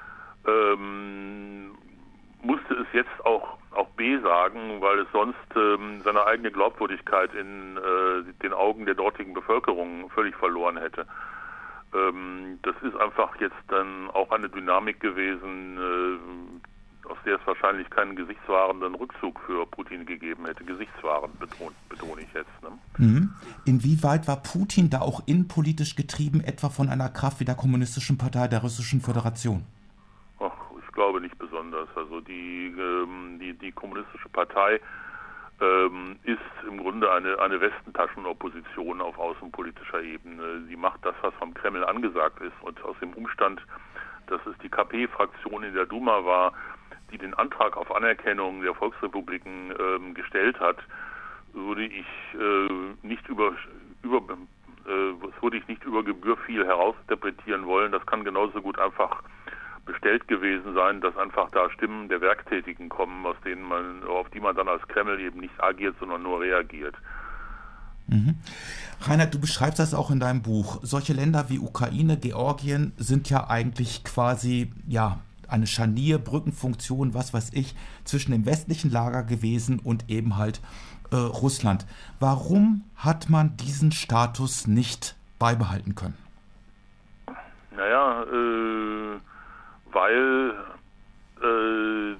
ähm, musste es jetzt auch, auch B sagen, weil es sonst ähm, seine eigene Glaubwürdigkeit in äh, den Augen der dortigen Bevölkerung völlig verloren hätte. Ähm, das ist einfach jetzt dann auch eine Dynamik gewesen, äh, aus der es wahrscheinlich keinen gesichtswahrenden Rückzug für Putin gegeben hätte. Gesichtswahrend betone, betone ich jetzt. Ne? Mhm. Inwieweit war Putin da auch innenpolitisch getrieben, etwa von einer Kraft wie der Kommunistischen Partei der Russischen Föderation? Ach, ich glaube nicht besonders. Also die, ähm, die, die Kommunistische Partei ähm, ist im Grunde eine, eine Westentaschenopposition auf außenpolitischer Ebene. Sie macht das, was vom Kreml angesagt ist. Und aus dem Umstand, dass es die K P-Fraktion in der Duma war, die den Antrag auf Anerkennung der Volksrepubliken ähm, gestellt hat, würde ich äh, nicht über, über äh, würde ich nicht über Gebühr viel herausinterpretieren wollen. Das kann genauso gut einfach bestellt gewesen sein, dass einfach da Stimmen der Werktätigen kommen, aus denen man, auf die man dann als Kreml eben nicht agiert, sondern nur reagiert. Mhm. Reinhard, du beschreibst das auch in deinem Buch. Solche Länder wie Ukraine, Georgien sind ja eigentlich quasi, ja, eine Scharnier, Brückenfunktion, was weiß ich, zwischen dem westlichen Lager gewesen und eben halt äh, Russland. Warum hat man diesen Status nicht beibehalten können? Naja, äh, weil, äh,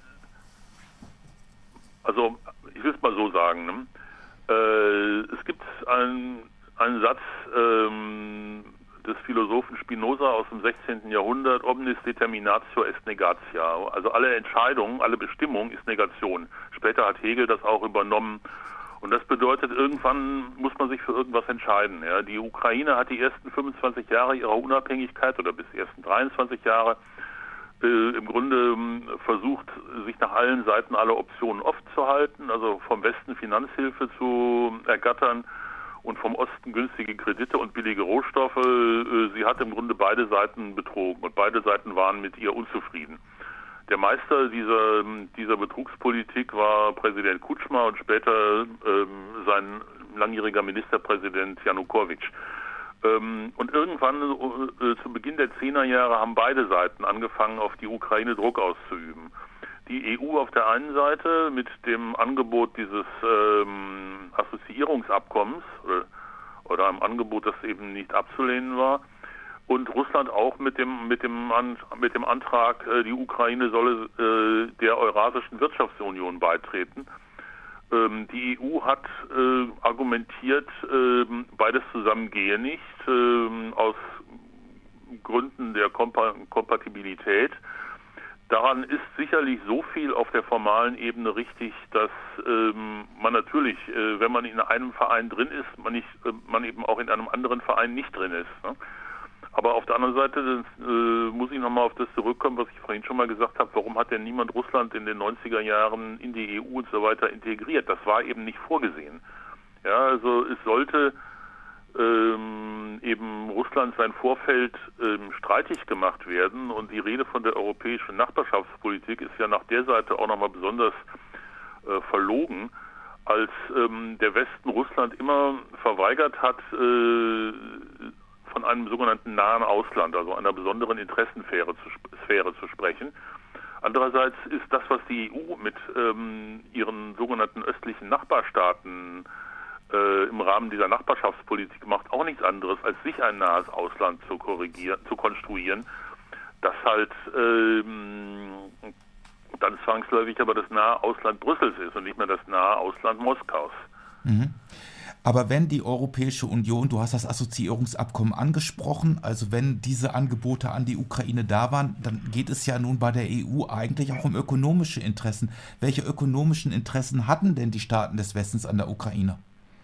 also ich will es mal so sagen, ne? äh, es gibt einen, einen Satz ähm, des Philosophen Spinoza aus dem sechzehnten Jahrhundert, omnis determinatio est negatio, also alle Entscheidungen, alle Bestimmung ist Negation. Später hat Hegel das auch übernommen. Und das bedeutet, irgendwann muss man sich für irgendwas entscheiden. Ja. Die Ukraine hat die ersten fünfundzwanzig Jahre ihrer Unabhängigkeit oder bis die ersten dreiundzwanzig Jahre äh, im Grunde äh, versucht, sich nach allen Seiten alle Optionen offen zu halten, also vom Westen Finanzhilfe zu ergattern und vom Osten günstige Kredite und billige Rohstoffe. Äh, sie hat im Grunde beide Seiten betrogen und beide Seiten waren mit ihr unzufrieden. Der Meister dieser, dieser Betrugspolitik war Präsident Kutschma und später ähm, sein langjähriger Ministerpräsident Janukowitsch. Ähm, und irgendwann äh, zu Beginn der Zehnerjahre haben beide Seiten angefangen, auf die Ukraine Druck auszuüben. Die E U auf der einen Seite mit dem Angebot dieses ähm, Assoziierungsabkommens oder, oder einem Angebot, das eben nicht abzulehnen war, und Russland auch mit dem mit dem mit dem Antrag, die Ukraine solle äh, der Eurasischen Wirtschaftsunion beitreten. Ähm, die E U hat äh, argumentiert, äh, beides zusammen gehe nicht, äh, aus Gründen der Kompa- Kompatibilität. Daran ist sicherlich so viel auf der formalen Ebene richtig, dass ähm, man natürlich, äh, wenn man in einem Verein drin ist, man nicht, äh, man eben auch in einem anderen Verein nicht drin ist. Ne? Aber auf der anderen Seite äh, muss ich nochmal auf das zurückkommen, was ich vorhin schon mal gesagt habe. Warum hat denn niemand Russland in den neunziger Jahren in die E U und so weiter integriert? Das war eben nicht vorgesehen. Ja, also es sollte ähm, eben Russland sein Vorfeld ähm, streitig gemacht werden. Und die Rede von der europäischen Nachbarschaftspolitik ist ja nach der Seite auch nochmal besonders äh, verlogen, als ähm, der Westen Russland immer verweigert hat, äh, von einem sogenannten nahen Ausland, also einer besonderen Interessensphäre zu, Sphäre zu sprechen. Andererseits ist das, was die E U mit ähm, ihren sogenannten östlichen Nachbarstaaten äh, im Rahmen dieser Nachbarschaftspolitik macht, auch nichts anderes, als sich ein nahes Ausland zu korrigieren, zu konstruieren, das halt ähm, dann zwangsläufig aber das nahe Ausland Brüssels ist und nicht mehr das nahe Ausland Moskaus. Mhm. Aber wenn die Europäische Union, du hast das Assoziierungsabkommen angesprochen, also wenn diese Angebote an die Ukraine da waren, dann geht es ja nun bei der E U eigentlich auch um ökonomische Interessen. Welche ökonomischen Interessen hatten denn die Staaten des Westens an der Ukraine?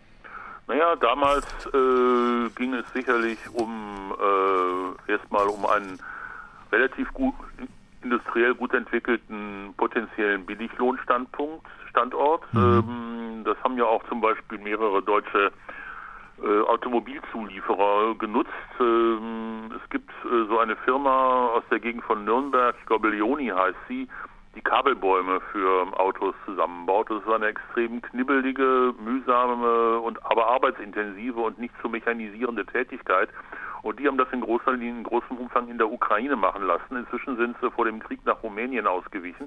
Naja, damals äh, ging es sicherlich um äh, erstmal um einen relativ gut industriell gut entwickelten potenziellen Billiglohnstandpunkt, Standort. Mhm. Ähm, das haben ja auch zum Beispiel mehrere deutsche äh, Automobilzulieferer genutzt. Ähm, es gibt äh, so eine Firma aus der Gegend von Nürnberg, ich glaube Leoni heißt sie, die Kabelbäume für Autos zusammenbaut. Das ist eine extrem knibbelige, mühsame und aber arbeitsintensive und nicht zu mechanisierende Tätigkeit. Und die haben das in großer Linie, in großem Umfang in der Ukraine machen lassen. Inzwischen sind sie vor dem Krieg nach Rumänien ausgewichen.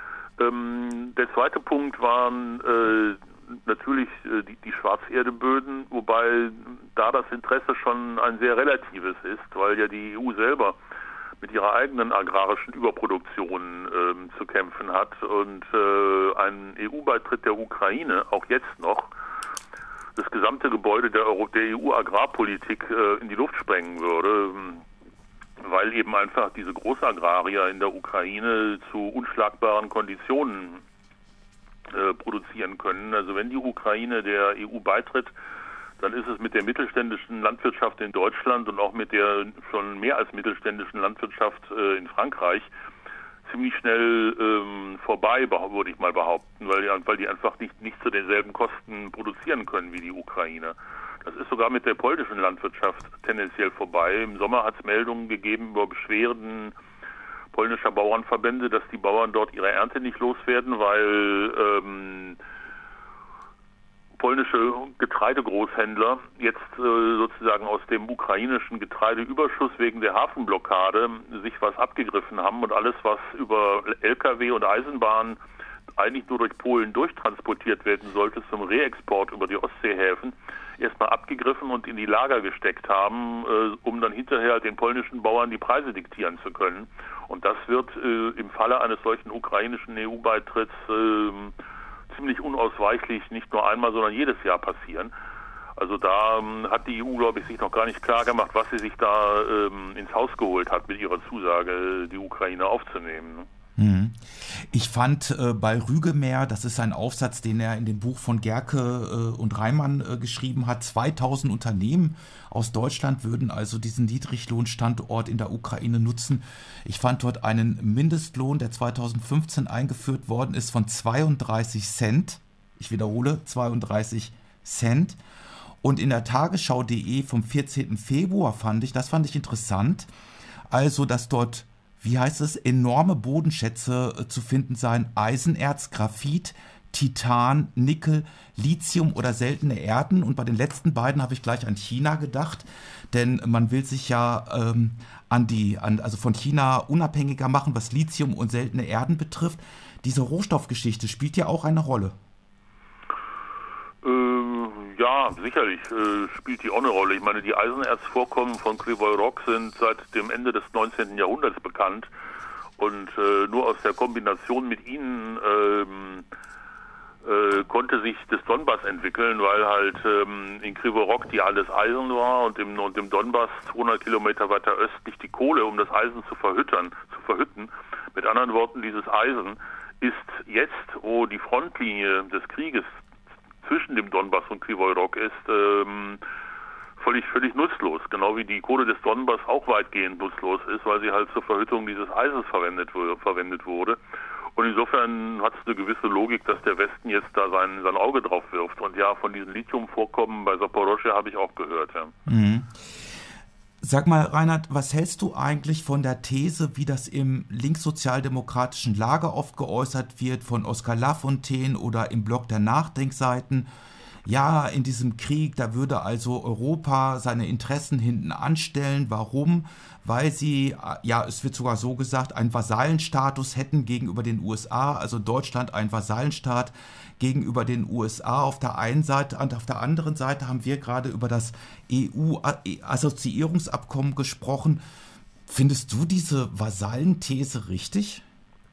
Ähm, der zweite Punkt waren äh, natürlich äh, die, die Schwarzerdeböden, wobei da das Interesse schon ein sehr relatives ist, weil ja die E U selber mit ihrer eigenen agrarischen Überproduktion ähm, zu kämpfen hat und äh, ein E U-Beitritt der Ukraine, auch jetzt noch, das gesamte Gebäude der, Euro- der E U-Agrarpolitik äh, in die Luft sprengen würde, weil eben einfach diese Großagrarier in der Ukraine zu unschlagbaren Konditionen äh, produzieren können. Also wenn die Ukraine der E U beitritt, dann ist es mit der mittelständischen Landwirtschaft in Deutschland und auch mit der schon mehr als mittelständischen Landwirtschaft äh, in Frankreich ziemlich schnell ähm, vorbei, würde ich mal behaupten, weil die, weil die einfach nicht, nicht zu denselben Kosten produzieren können wie die Ukraine. Das ist sogar mit der polnischen Landwirtschaft tendenziell vorbei. Im Sommer hat es Meldungen gegeben über Beschwerden polnischer Bauernverbände, dass die Bauern dort ihre Ernte nicht loswerden, weil ähm, polnische Getreidegroßhändler jetzt äh, sozusagen aus dem ukrainischen Getreideüberschuss wegen der Hafenblockade sich was abgegriffen haben und alles, was über L K W und Eisenbahn eigentlich nur durch Polen durchtransportiert werden sollte zum Reexport über die Ostseehäfen, erstmal abgegriffen und in die Lager gesteckt haben, äh, um dann hinterher den polnischen Bauern die Preise diktieren zu können. Und das wird äh, im Falle eines solchen ukrainischen E U-Beitritts äh, ziemlich unausweichlich nicht nur einmal, sondern jedes Jahr passieren. Also da ähm, hat die E U, glaube ich, sich noch gar nicht klar gemacht, was sie sich da ähm, ins Haus geholt hat mit ihrer Zusage, die Ukraine aufzunehmen. Ne? Ich fand äh, bei Rügemeer, das ist ein Aufsatz, den er in dem Buch von Gerke äh, und Reimann äh, geschrieben hat, zweitausend Unternehmen aus Deutschland würden also diesen Niedriglohnstandort in der Ukraine nutzen. Ich fand dort einen Mindestlohn, der zweitausendfünfzehn eingeführt worden ist, von zweiunddreißig Cent. Ich wiederhole, zweiunddreißig Cent. Und in der Tagesschau punkt de vom vierzehnten Februar fand ich, das fand ich interessant, also dass dort, wie heißt es, enorme Bodenschätze äh, zu finden seien, Eisenerz, Graphit, Titan, Nickel, Lithium oder seltene Erden. Und bei den letzten beiden habe ich gleich an China gedacht, denn man will sich ja ähm, an die, an, also von China unabhängiger machen, was Lithium und seltene Erden betrifft. Diese Rohstoffgeschichte spielt ja auch eine Rolle. Ja, sicherlich äh, spielt die auch eine Rolle. Ich meine, die Eisenerzvorkommen von Kryvyi Rog sind seit dem Ende des neunzehnten Jahrhunderts bekannt und äh, nur aus der Kombination mit ihnen ähm, äh, konnte sich das Donbass entwickeln, weil halt ähm, in Kryvyi Rog die alles Eisen war und im, und im Donbass zweihundert Kilometer weiter östlich die Kohle, um das Eisen zu verhüttern, zu verhütten. Mit anderen Worten, dieses Eisen ist jetzt, wo die Frontlinie des Krieges zwischen dem Donbass und Kryvyi Rog ist, ähm, völlig, völlig nutzlos. Genau wie die Kohle des Donbass auch weitgehend nutzlos ist, weil sie halt zur Verhüttung dieses Eises verwendet, verwendet wurde. Und insofern hat es eine gewisse Logik, dass der Westen jetzt da sein, sein Auge drauf wirft. Und ja, von diesen Lithiumvorkommen bei Saporoschschja habe ich auch gehört. Ja. Mhm. Sag mal, Reinhard, was hältst du eigentlich von der These, wie das im linkssozialdemokratischen Lager oft geäußert wird, von Oskar Lafontaine oder im Blog der Nachdenkseiten? Ja, in diesem Krieg, da würde also Europa seine Interessen hinten anstellen. Warum? Weil sie, ja, es wird sogar so gesagt, einen Vasallenstatus hätten gegenüber den U S A, also Deutschland ein Vasallenstaat gegenüber den U S A auf der einen Seite, und auf der anderen Seite haben wir gerade über das E U-Assoziierungsabkommen gesprochen. Findest du diese Vasallenthese richtig?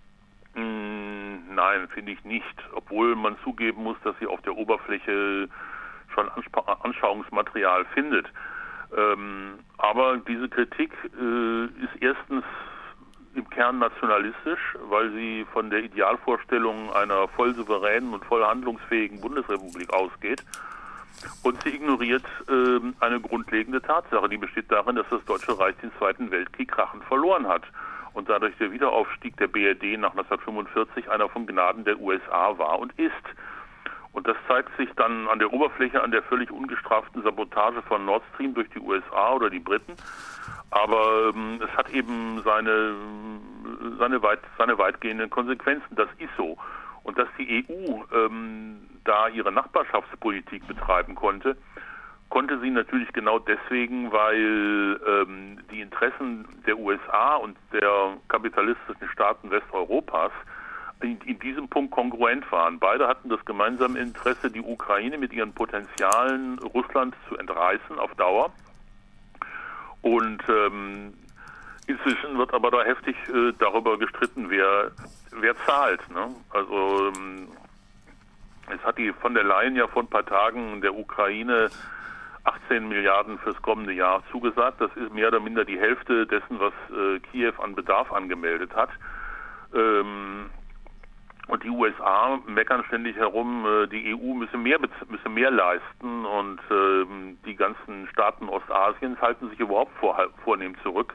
Nein, finde ich nicht, obwohl man zugeben muss, dass sie auf der Oberfläche schon Anschauungsmaterial findet. Ähm, aber diese Kritik äh, ist erstens im Kern nationalistisch, weil sie von der Idealvorstellung einer voll souveränen und voll handlungsfähigen Bundesrepublik ausgeht. Und sie ignoriert äh, eine grundlegende Tatsache, die besteht darin, dass das Deutsche Reich den Zweiten Weltkrieg krachend verloren hat. Und dadurch der Wiederaufstieg der B R D nach neunzehnhundertfünfundvierzig einer von Gnaden der U S A war und ist. Und das zeigt sich dann an der Oberfläche an der völlig ungestraften Sabotage von Nord Stream durch die U S A oder die Briten. Aber ähm, es hat eben seine, seine, weit, seine weitgehenden Konsequenzen. Das ist so. Und dass die E U ähm, da ihre Nachbarschaftspolitik betreiben konnte, konnte sie natürlich genau deswegen, weil ähm, die Interessen der U S A und der kapitalistischen Staaten Westeuropas in, in diesem Punkt kongruent waren. Beide hatten das gemeinsame Interesse, die Ukraine mit ihren Potenzialen Russland zu entreißen auf Dauer. Und ähm, inzwischen wird aber da heftig äh, darüber gestritten, wer, wer zahlt. Ne? Also ähm, es hat die von der Leyen ja vor ein paar Tagen der Ukraine achtzehn Milliarden fürs kommende Jahr zugesagt. Das ist mehr oder minder die Hälfte dessen, was äh, Kiew an Bedarf angemeldet hat. Ähm, und die U S A meckern ständig herum, äh, die E U müsse mehr, müsse mehr leisten und äh, die ganzen Staaten Ostasiens halten sich überhaupt vor, vornehm zurück,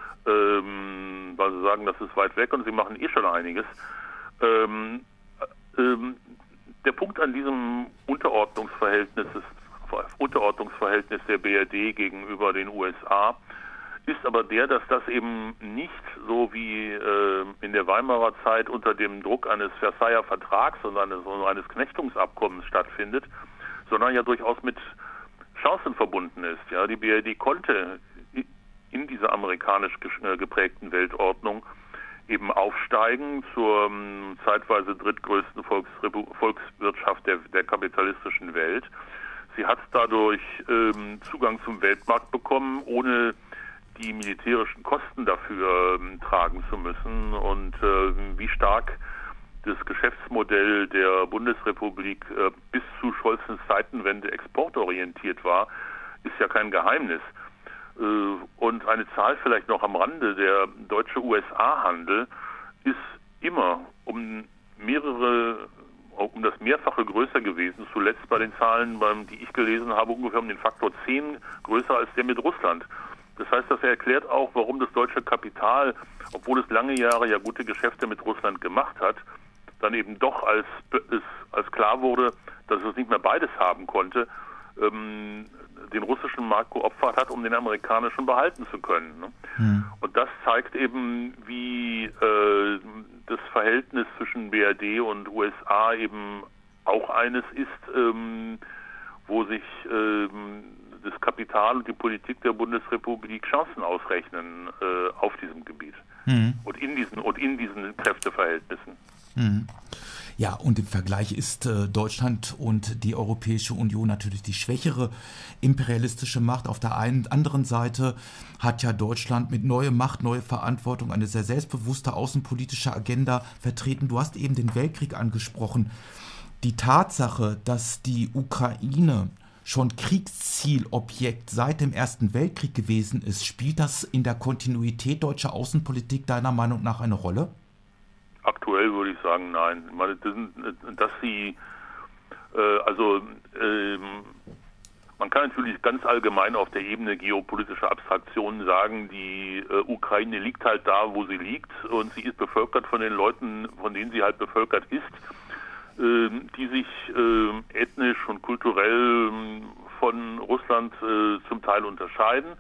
ähm, weil sie sagen, das ist weit weg und sie machen eh schon einiges. Ähm, ähm, der Punkt an diesem Unterordnungsverhältnis ist, Unterordnungsverhältnis der B R D gegenüber den U S A ist aber der, dass das eben nicht so wie äh, in der Weimarer Zeit unter dem Druck eines Versailler Vertrags und eines, eines Knechtungsabkommens stattfindet, sondern ja durchaus mit Chancen verbunden ist. Ja, die B R D konnte in dieser amerikanisch geprägten Weltordnung eben aufsteigen zur um, zeitweise drittgrößten Volksrepu- Volkswirtschaft der, der kapitalistischen Welt. Sie hat dadurch ähm, Zugang zum Weltmarkt bekommen, ohne die militärischen Kosten dafür ähm, tragen zu müssen. Und äh, wie stark das Geschäftsmodell der Bundesrepublik äh, bis zu Scholzens Zeitenwende exportorientiert war, ist ja kein Geheimnis. Äh, und eine Zahl vielleicht noch am Rande: Der deutsche U S A-Handel ist immer um mehrere, um das Mehrfache größer gewesen, zuletzt bei den Zahlen, die ich gelesen habe, ungefähr um den Faktor zehn größer als der mit Russland. Das heißt, das erklärt auch, warum das deutsche Kapital, obwohl es lange Jahre ja gute Geschäfte mit Russland gemacht hat, dann eben doch, als es als klar wurde, dass es nicht mehr beides haben konnte, ähm, den russischen Markt geopfert hat, um den amerikanischen behalten zu können. Ne? Hm. Und das zeigt eben, wie äh, das Verhältnis zwischen B R D und U S A eben auch eines ist, ähm, wo sich ähm, das Kapital und die Politik der Bundesrepublik Chancen ausrechnen äh, auf diesem Gebiet hm. und in diesen und in diesen Kräfteverhältnissen. Hm. Ja, und im Vergleich ist äh, Deutschland und die Europäische Union natürlich die schwächere imperialistische Macht. Auf der einen anderen Seite hat ja Deutschland mit neue Macht, neue Verantwortung eine sehr selbstbewusste außenpolitische Agenda vertreten. Du hast eben den Weltkrieg angesprochen. Die Tatsache, dass die Ukraine schon Kriegszielobjekt seit dem Ersten Weltkrieg gewesen ist, spielt das in der Kontinuität deutscher Außenpolitik deiner Meinung nach eine Rolle? Aktuell würde ich sagen, nein. Ich meine, dass sie, äh, also ähm, man kann natürlich ganz allgemein auf der Ebene geopolitischer Abstraktionen sagen, die äh, Ukraine liegt halt da, wo sie liegt, und sie ist bevölkert von den Leuten, von denen sie halt bevölkert ist, äh, die sich äh, ethnisch und kulturell äh, von Russland äh, zum Teil unterscheiden.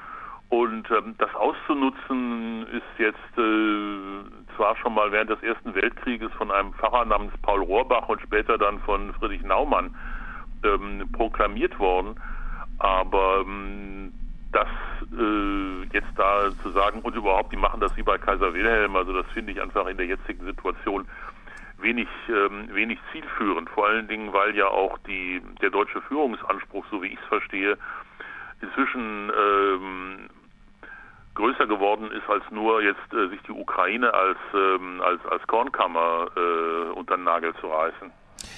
Und ähm, das auszunutzen ist jetzt äh, zwar schon mal während des Ersten Weltkrieges von einem Pfarrer namens Paul Rohrbach und später dann von Friedrich Naumann ähm, proklamiert worden, aber ähm, das äh, jetzt da zu sagen, und überhaupt, die machen das wie bei Kaiser Wilhelm, also das finde ich einfach in der jetzigen Situation wenig ähm, wenig zielführend, vor allen Dingen, weil ja auch die der deutsche Führungsanspruch, so wie ich es verstehe, inzwischen ähm, größer geworden ist, als nur jetzt äh, sich die Ukraine als, ähm, als, als Kornkammer äh, unter den Nagel zu reißen.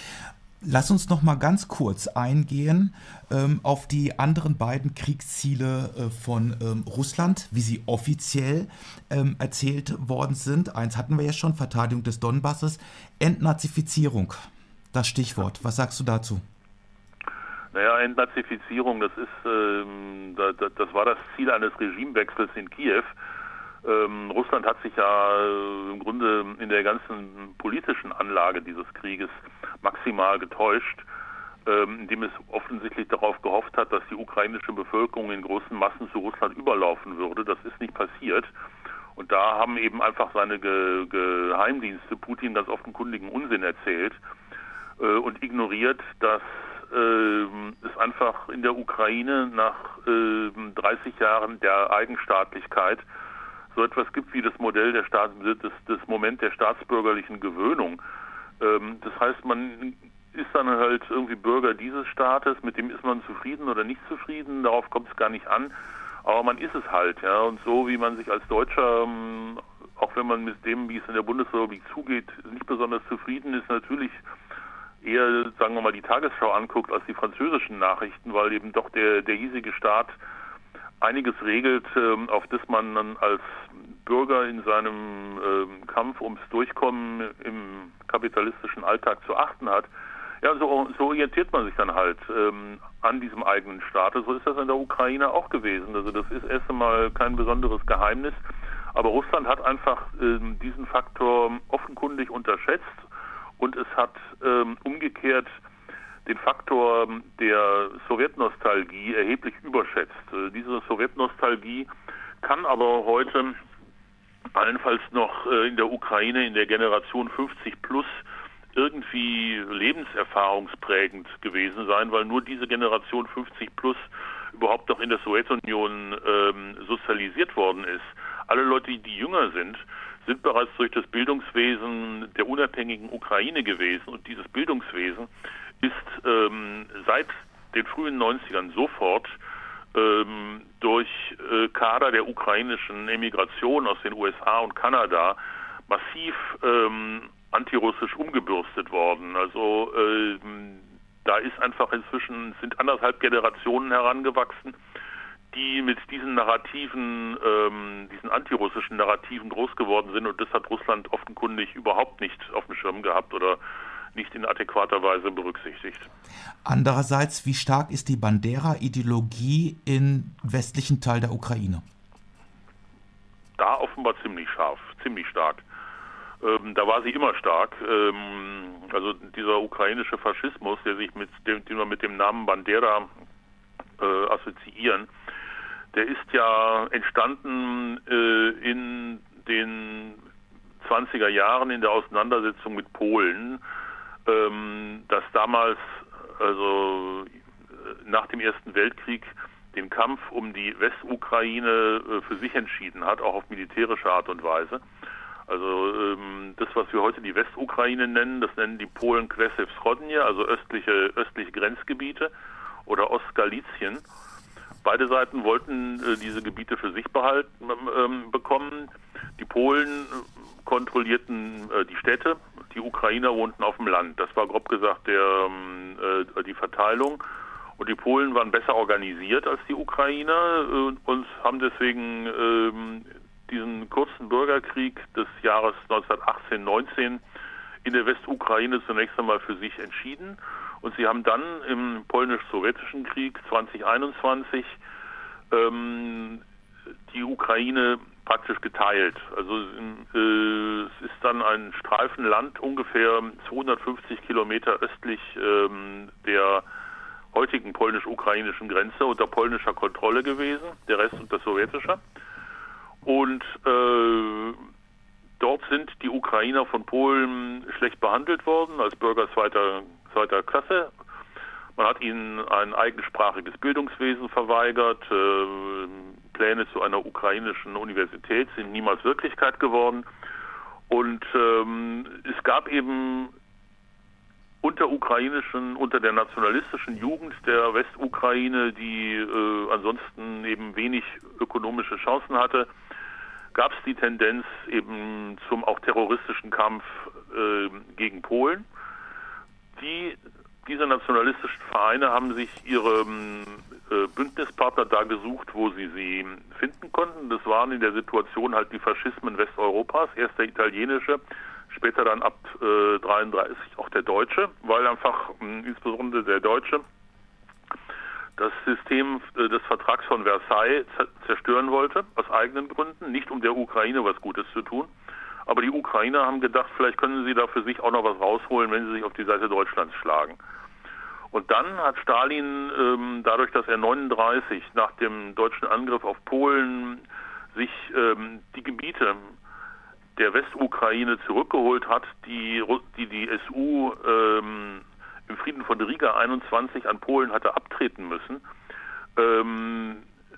Lass uns noch mal ganz kurz eingehen ähm, auf die anderen beiden Kriegsziele äh, von ähm, Russland, wie sie offiziell ähm, erzählt worden sind. Eins hatten wir ja schon, Verteidigung des Donbasses, Entnazifizierung, das Stichwort. Was sagst du dazu? Naja, Entnazifizierung, das ist, ähm, da, da, das war das Ziel eines Regimewechsels in Kiew. Ähm, Russland hat sich ja äh, im Grunde in der ganzen politischen Anlage dieses Krieges maximal getäuscht, ähm, indem es offensichtlich darauf gehofft hat, dass die ukrainische Bevölkerung in großen Massen zu Russland überlaufen würde. Das ist nicht passiert. Und da haben eben einfach seine Ge- Geheimdienste Putin ganz offenkundigen Unsinn erzählt äh, und ignoriert, dass es einfach in der Ukraine nach äh, dreißig Jahren der Eigenstaatlichkeit so etwas gibt wie das Modell der Staat, das, das Moment der staatsbürgerlichen Gewöhnung. Ähm, das heißt, man ist dann halt irgendwie Bürger dieses Staates, mit dem ist man zufrieden oder nicht zufrieden, darauf kommt es gar nicht an, aber man ist es halt, ja, und so wie man sich als Deutscher, ähm, auch wenn man mit dem, wie es in der Bundesrepublik zugeht, nicht besonders zufrieden ist, natürlich eher, sagen wir mal, die Tagesschau anguckt als die französischen Nachrichten, weil eben doch der, der hiesige Staat einiges regelt, ähm, auf das man dann als Bürger in seinem ähm, Kampf ums Durchkommen im kapitalistischen Alltag zu achten hat. Ja, so, so orientiert man sich dann halt ähm, an diesem eigenen Staat. So ist das in der Ukraine auch gewesen. Also das ist erst einmal kein besonderes Geheimnis. Aber Russland hat einfach ähm, diesen Faktor offenkundig unterschätzt. Und es hat ähm, umgekehrt den Faktor der Sowjetnostalgie erheblich überschätzt. Äh, diese Sowjetnostalgie kann aber heute allenfalls noch äh, in der Ukraine in der Generation fünfzig plus irgendwie lebenserfahrungsprägend gewesen sein, weil nur diese Generation fünfzig plus überhaupt noch in der Sowjetunion ähm, sozialisiert worden ist. Alle Leute, die jünger sind, sind bereits durch das Bildungswesen der unabhängigen Ukraine gewesen. Und dieses Bildungswesen ist ähm, seit den frühen neunzigern sofort ähm, durch äh, Kader der ukrainischen Emigration aus den U S A und Kanada massiv ähm, antirussisch umgebürstet worden. Also äh, da ist einfach inzwischen, sind anderthalb Generationen herangewachsen, die mit diesen Narrativen, ähm, diesen antirussischen Narrativen groß geworden sind, und das hat Russland offenkundig überhaupt nicht auf dem Schirm gehabt oder nicht in adäquater Weise berücksichtigt. Andererseits, wie stark ist die Bandera-Ideologie im westlichen Teil der Ukraine? Da offenbar ziemlich scharf, ziemlich stark. Ähm, da war sie immer stark. Ähm, also dieser ukrainische Faschismus, der sich mit dem, den wir mit dem Namen Bandera äh, assoziieren, der ist ja entstanden äh, in den zwanziger Jahren in der Auseinandersetzung mit Polen, ähm, das damals, also nach dem Ersten Weltkrieg, den Kampf um die Westukraine äh, für sich entschieden hat, auch auf militärische Art und Weise. Also ähm, das, was wir heute die Westukraine nennen, das nennen die Polen Kresy Wschodnie, also östliche, östliche Grenzgebiete oder Ostgalizien. Beide Seiten wollten äh, diese Gebiete für sich behalten ähm, bekommen. Die Polen äh, kontrollierten äh, die Städte, die Ukrainer wohnten auf dem Land. Das war grob gesagt der, äh, die Verteilung. Und die Polen waren besser organisiert als die Ukrainer äh, und haben deswegen äh, diesen kurzen Bürgerkrieg des Jahres neunzehnhundertachtzehn neunzehn in der Westukraine zunächst einmal für sich entschieden. Und sie haben dann im polnisch-sowjetischen Krieg zweitausendeinundzwanzig ähm, die Ukraine praktisch geteilt. Also äh, es ist dann ein Streifenland ungefähr zweihundertfünfzig Kilometer östlich ähm, der heutigen polnisch-ukrainischen Grenze unter polnischer Kontrolle gewesen, der Rest unter sowjetischer. Und äh, dort sind die Ukrainer von Polen schlecht behandelt worden, als Bürger zweiter, zweiter Klasse. Man hat ihnen ein eigensprachiges Bildungswesen verweigert. Äh, Pläne zu einer ukrainischen Universität sind niemals Wirklichkeit geworden. Und ähm, es gab eben unter ukrainischen, unter der nationalistischen Jugend der Westukraine, die äh, ansonsten eben wenig ökonomische Chancen hatte, gab es die Tendenz eben zum auch terroristischen Kampf äh, gegen Polen. Die, diese nationalistischen Vereine haben sich ihre äh, Bündnispartner da gesucht, wo sie sie finden konnten. Das waren in der Situation halt die Faschismen Westeuropas, erst der italienische, später dann ab äh, dreiunddreißig auch der Deutsche, weil einfach mh, insbesondere der Deutsche das System äh, des Vertrags von Versailles zerstören wollte, aus eigenen Gründen, nicht um der Ukraine was Gutes zu tun. Aber die Ukrainer haben gedacht, vielleicht können sie da für sich auch noch was rausholen, wenn sie sich auf die Seite Deutschlands schlagen. Und dann hat Stalin, ähm, dadurch, dass er neununddreißig nach dem deutschen Angriff auf Polen sich ähm, die Gebiete der Westukraine zurückgeholt hat, die die, die S U ähm, im Frieden von Riga einundzwanzig an Polen hatte abtreten müssen. Ähm,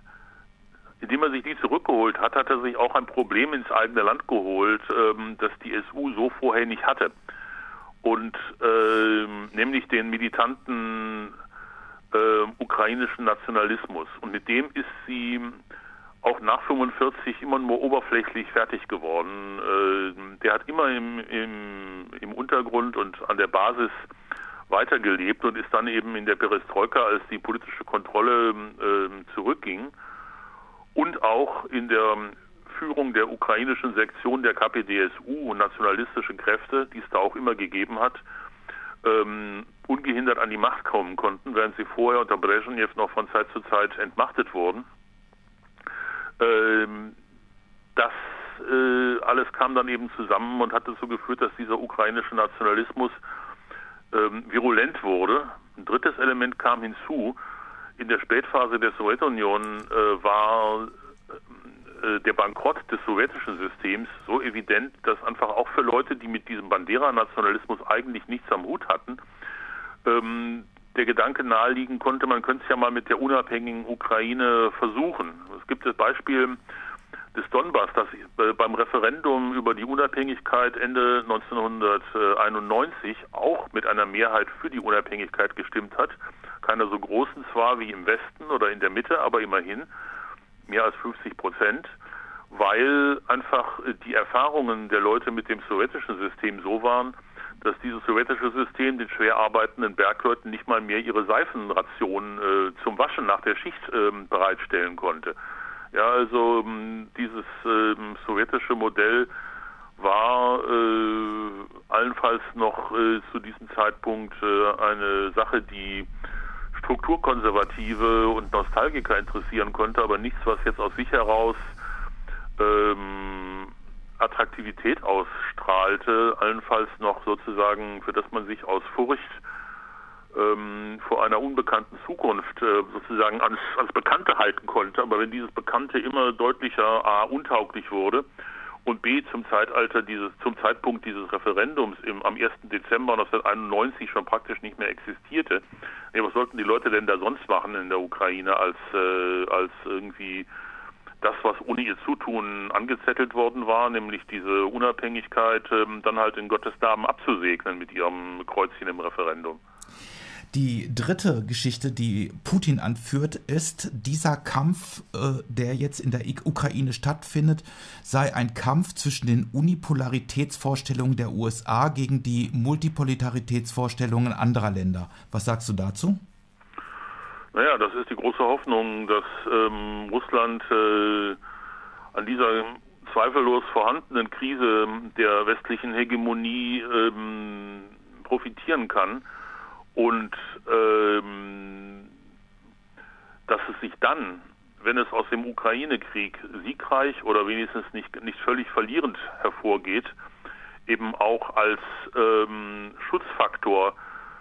indem er sich die zurückgeholt hat, hat er sich auch ein Problem ins eigene Land geholt, ähm, das die S U so vorher nicht hatte. Und ähm, nämlich den militanten äh, ukrainischen Nationalismus. Und mit dem ist sie auch nach fünfundvierzig immer nur oberflächlich fertig geworden. Äh, der hat immer im, im, im Untergrund und an der Basis weitergelebt und ist dann eben in der Perestroika, als die politische Kontrolle äh, zurückging und auch in der Führung der ukrainischen Sektion der K P D S U und nationalistischen Kräfte, die es da auch immer gegeben hat, ähm, ungehindert an die Macht kommen konnten, während sie vorher unter Brezhnev noch von Zeit zu Zeit entmachtet wurden. Ähm, das äh, alles kam dann eben zusammen und hat dazu geführt, dass dieser ukrainische Nationalismus ähm, virulent wurde. Ein drittes Element kam hinzu. In der Spätphase der Sowjetunion äh, war äh, der Bankrott des sowjetischen Systems so evident, dass einfach auch für Leute, die mit diesem Bandera-Nationalismus eigentlich nichts am Hut hatten, ähm, der Gedanke naheliegen konnte, man könnte es ja mal mit der unabhängigen Ukraine versuchen. Es gibt das Beispiel des Donbass, das beim Referendum über die Unabhängigkeit Ende neunzehnhunderteinundneunzig auch mit einer Mehrheit für die Unabhängigkeit gestimmt hat. Keiner so großen zwar wie im Westen oder in der Mitte, aber immerhin mehr als fünfzig Prozent, weil einfach die Erfahrungen der Leute mit dem sowjetischen System so waren, dass dieses sowjetische System den schwer arbeitenden Bergleuten nicht mal mehr ihre Seifenration äh, zum Waschen nach der Schicht äh, bereitstellen konnte. Ja, also ähm, dieses äh, sowjetische Modell war äh, allenfalls noch äh, zu diesem Zeitpunkt äh, eine Sache, die Strukturkonservative und Nostalgiker interessieren konnte, aber nichts, was jetzt aus sich heraus ähm, Attraktivität ausstrahlte, allenfalls noch sozusagen, für das man sich aus Furcht ähm, vor einer unbekannten Zukunft äh, sozusagen ans, ans Bekannte halten konnte. Aber wenn dieses Bekannte immer deutlicher A, untauglich wurde und B, zum Zeitalter dieses, zum Zeitpunkt dieses Referendums im, am ersten Dezember neunzehnhunderteinundneunzig schon praktisch nicht mehr existierte, nee, was sollten die Leute denn da sonst machen in der Ukraine als, äh, als irgendwie das, was ohne ihr Zutun angezettelt worden war, nämlich diese Unabhängigkeit, ähm, dann halt in Gottes Namen abzusegnen mit ihrem Kreuzchen im Referendum. Die dritte Geschichte, die Putin anführt, ist, dieser Kampf, äh, der jetzt in der Ukraine stattfindet, sei ein Kampf zwischen den Unipolaritätsvorstellungen der U S A gegen die Multipolaritätsvorstellungen anderer Länder. Was sagst du dazu? Naja, das ist die große Hoffnung, dass ähm, Russland äh, an dieser zweifellos vorhandenen Krise der westlichen Hegemonie ähm, profitieren kann und ähm, dass es sich dann, wenn es aus dem Ukraine-Krieg siegreich oder wenigstens nicht, nicht völlig verlierend hervorgeht, eben auch als ähm, Schutzfaktor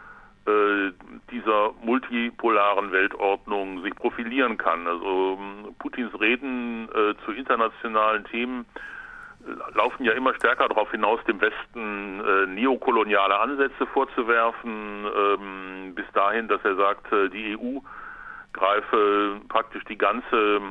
dieser multipolaren Weltordnung sich profilieren kann. Also Putins Reden äh, zu internationalen Themen äh, laufen ja immer stärker darauf hinaus, dem Westen äh, neokoloniale Ansätze vorzuwerfen, ähm, bis dahin, dass er sagt, äh, die E U greife praktisch die ganze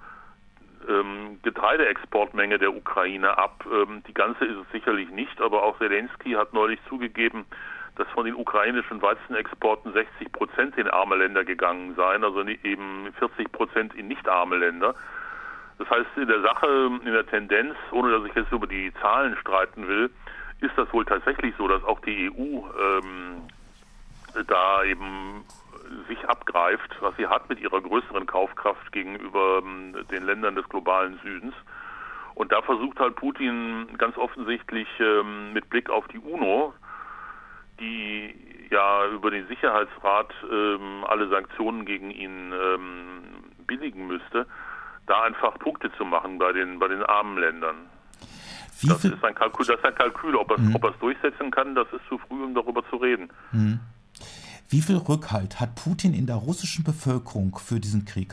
ähm, Getreideexportmenge der Ukraine ab. Ähm, die ganze ist es sicherlich nicht, aber auch Zelensky hat neulich zugegeben, dass von den ukrainischen Weizenexporten sechzig Prozent in arme Länder gegangen seien, also eben vierzig Prozent in nicht arme Länder. Das heißt, in der Sache, in der Tendenz, ohne dass ich jetzt über die Zahlen streiten will, ist das wohl tatsächlich so, dass auch die E U ähm, da eben sich abgreift, was sie hat mit ihrer größeren Kaufkraft gegenüber ähm, den Ländern des globalen Südens. Und da versucht halt Putin ganz offensichtlich ähm, mit Blick auf die UNO, die ja über den Sicherheitsrat ähm, alle Sanktionen gegen ihn ähm, billigen müsste, da einfach Punkte zu machen bei den bei den armen Ländern. Wie das ist ein Kalkül, das ist ein Kalkül. Ob er es mhm. durchsetzen kann, das ist zu früh, um darüber zu reden. Mhm. Wie viel Rückhalt hat Putin in der russischen Bevölkerung für diesen Krieg?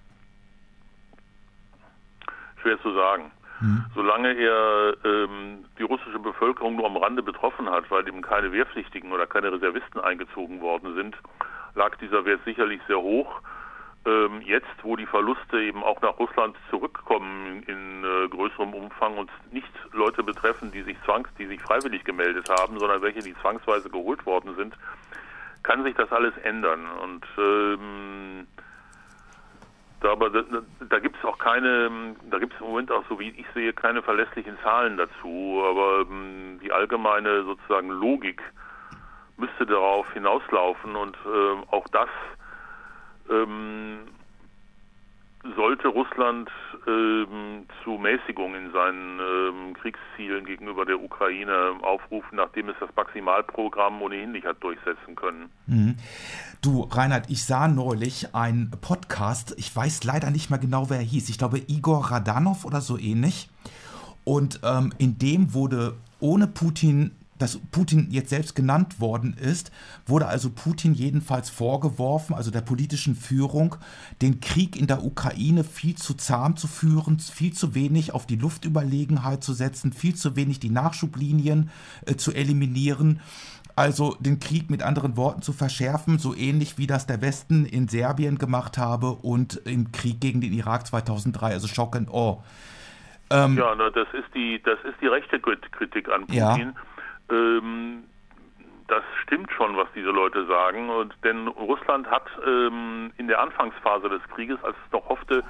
Schwer zu sagen. Hm. Solange er ähm, die russische Bevölkerung nur am Rande betroffen hat, weil eben keine Wehrpflichtigen oder keine Reservisten eingezogen worden sind, lag dieser Wert sicherlich sehr hoch. Ähm, jetzt, wo die Verluste eben auch nach Russland zurückkommen in, in äh, größerem Umfang und nicht Leute betreffen, die sich zwangs, die sich freiwillig gemeldet haben, sondern welche, die zwangsweise geholt worden sind, kann sich das alles ändern. Und ähm, Da, aber da, da gibt es auch keine, da gibt es im Moment auch, so wie ich sehe, keine verlässlichen Zahlen dazu. Aber ähm, die allgemeine sozusagen Logik müsste darauf hinauslaufen und ähm, auch das ähm, sollte Russland ähm, zu Mäßigung in seinen ähm, Kriegszielen gegenüber der Ukraine aufrufen, nachdem es das Maximalprogramm ohnehin nicht hat durchsetzen können. Mhm. Du, Reinhard, ich sah neulich einen Podcast, ich weiß leider nicht mehr genau, wer er hieß, ich glaube Igor Radanov oder so ähnlich. Und ähm, in dem wurde ohne Putin das Putin jetzt selbst genannt worden ist, wurde also Putin jedenfalls vorgeworfen, also der politischen Führung, den Krieg in der Ukraine viel zu zahm zu führen, viel zu wenig auf die Luftüberlegenheit zu setzen, viel zu wenig die Nachschublinien äh, zu eliminieren. Also den Krieg mit anderen Worten zu verschärfen, so ähnlich wie das der Westen in Serbien gemacht habe und im Krieg gegen den Irak zweitausenddrei, also Shock and Awe. Ähm, ja, na, das ist die, das ist die rechte Kritik an Putin. Ja. Ähm, das stimmt schon, was diese Leute sagen. Und denn Russland hat ähm, in der Anfangsphase des Krieges, als es noch hoffte,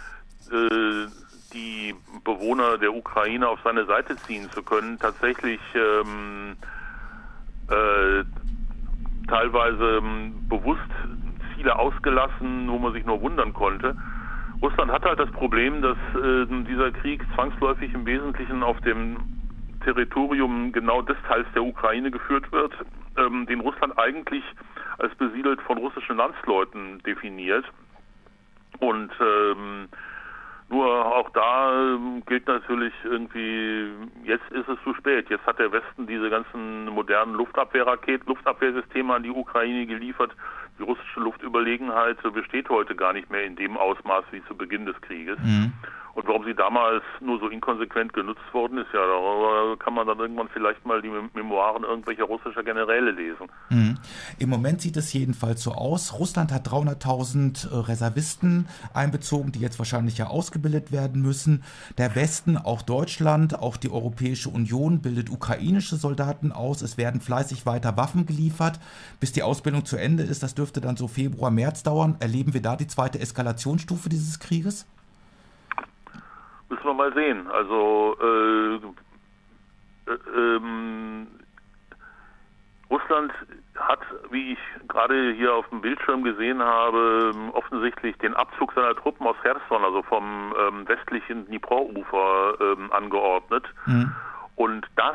äh, die Bewohner der Ukraine auf seine Seite ziehen zu können, tatsächlich ähm, Äh, teilweise ähm, bewusst Ziele ausgelassen, wo man sich nur wundern konnte. Russland hat halt das Problem, dass äh, dieser Krieg zwangsläufig im Wesentlichen auf dem Territorium genau des Teils der Ukraine geführt wird, ähm, den Russland eigentlich als besiedelt von russischen Landsleuten definiert. Und ähm, nur auch da gilt natürlich irgendwie, jetzt ist es zu spät. Jetzt hat der Westen diese ganzen modernen Luftabwehrraketen, Luftabwehrsysteme an die Ukraine geliefert. Die russische Luftüberlegenheit besteht heute gar nicht mehr in dem Ausmaß wie zu Beginn des Krieges. Mhm. Und warum sie damals nur so inkonsequent genutzt worden ist, ja, darüber kann man dann irgendwann vielleicht mal die Memoiren irgendwelcher russischer Generäle lesen. Mhm. Im Moment sieht es jedenfalls so aus. Russland hat dreihunderttausend Reservisten einbezogen, die jetzt wahrscheinlich ja ausgebildet werden müssen. Der Westen, auch Deutschland, auch die Europäische Union bildet ukrainische Soldaten aus. Es werden fleißig weiter Waffen geliefert, bis die Ausbildung zu Ende ist. Das dürfte dann so Februar, März dauern. Erleben wir da die zweite Eskalationsstufe dieses Krieges? Müssen wir mal sehen. Also äh, äh, ähm, Russland hat, wie ich gerade hier auf dem Bildschirm gesehen habe, offensichtlich den Abzug seiner Truppen aus Cherson, also vom ähm, westlichen Dnipro-Ufer, ähm, angeordnet. Mhm. Und das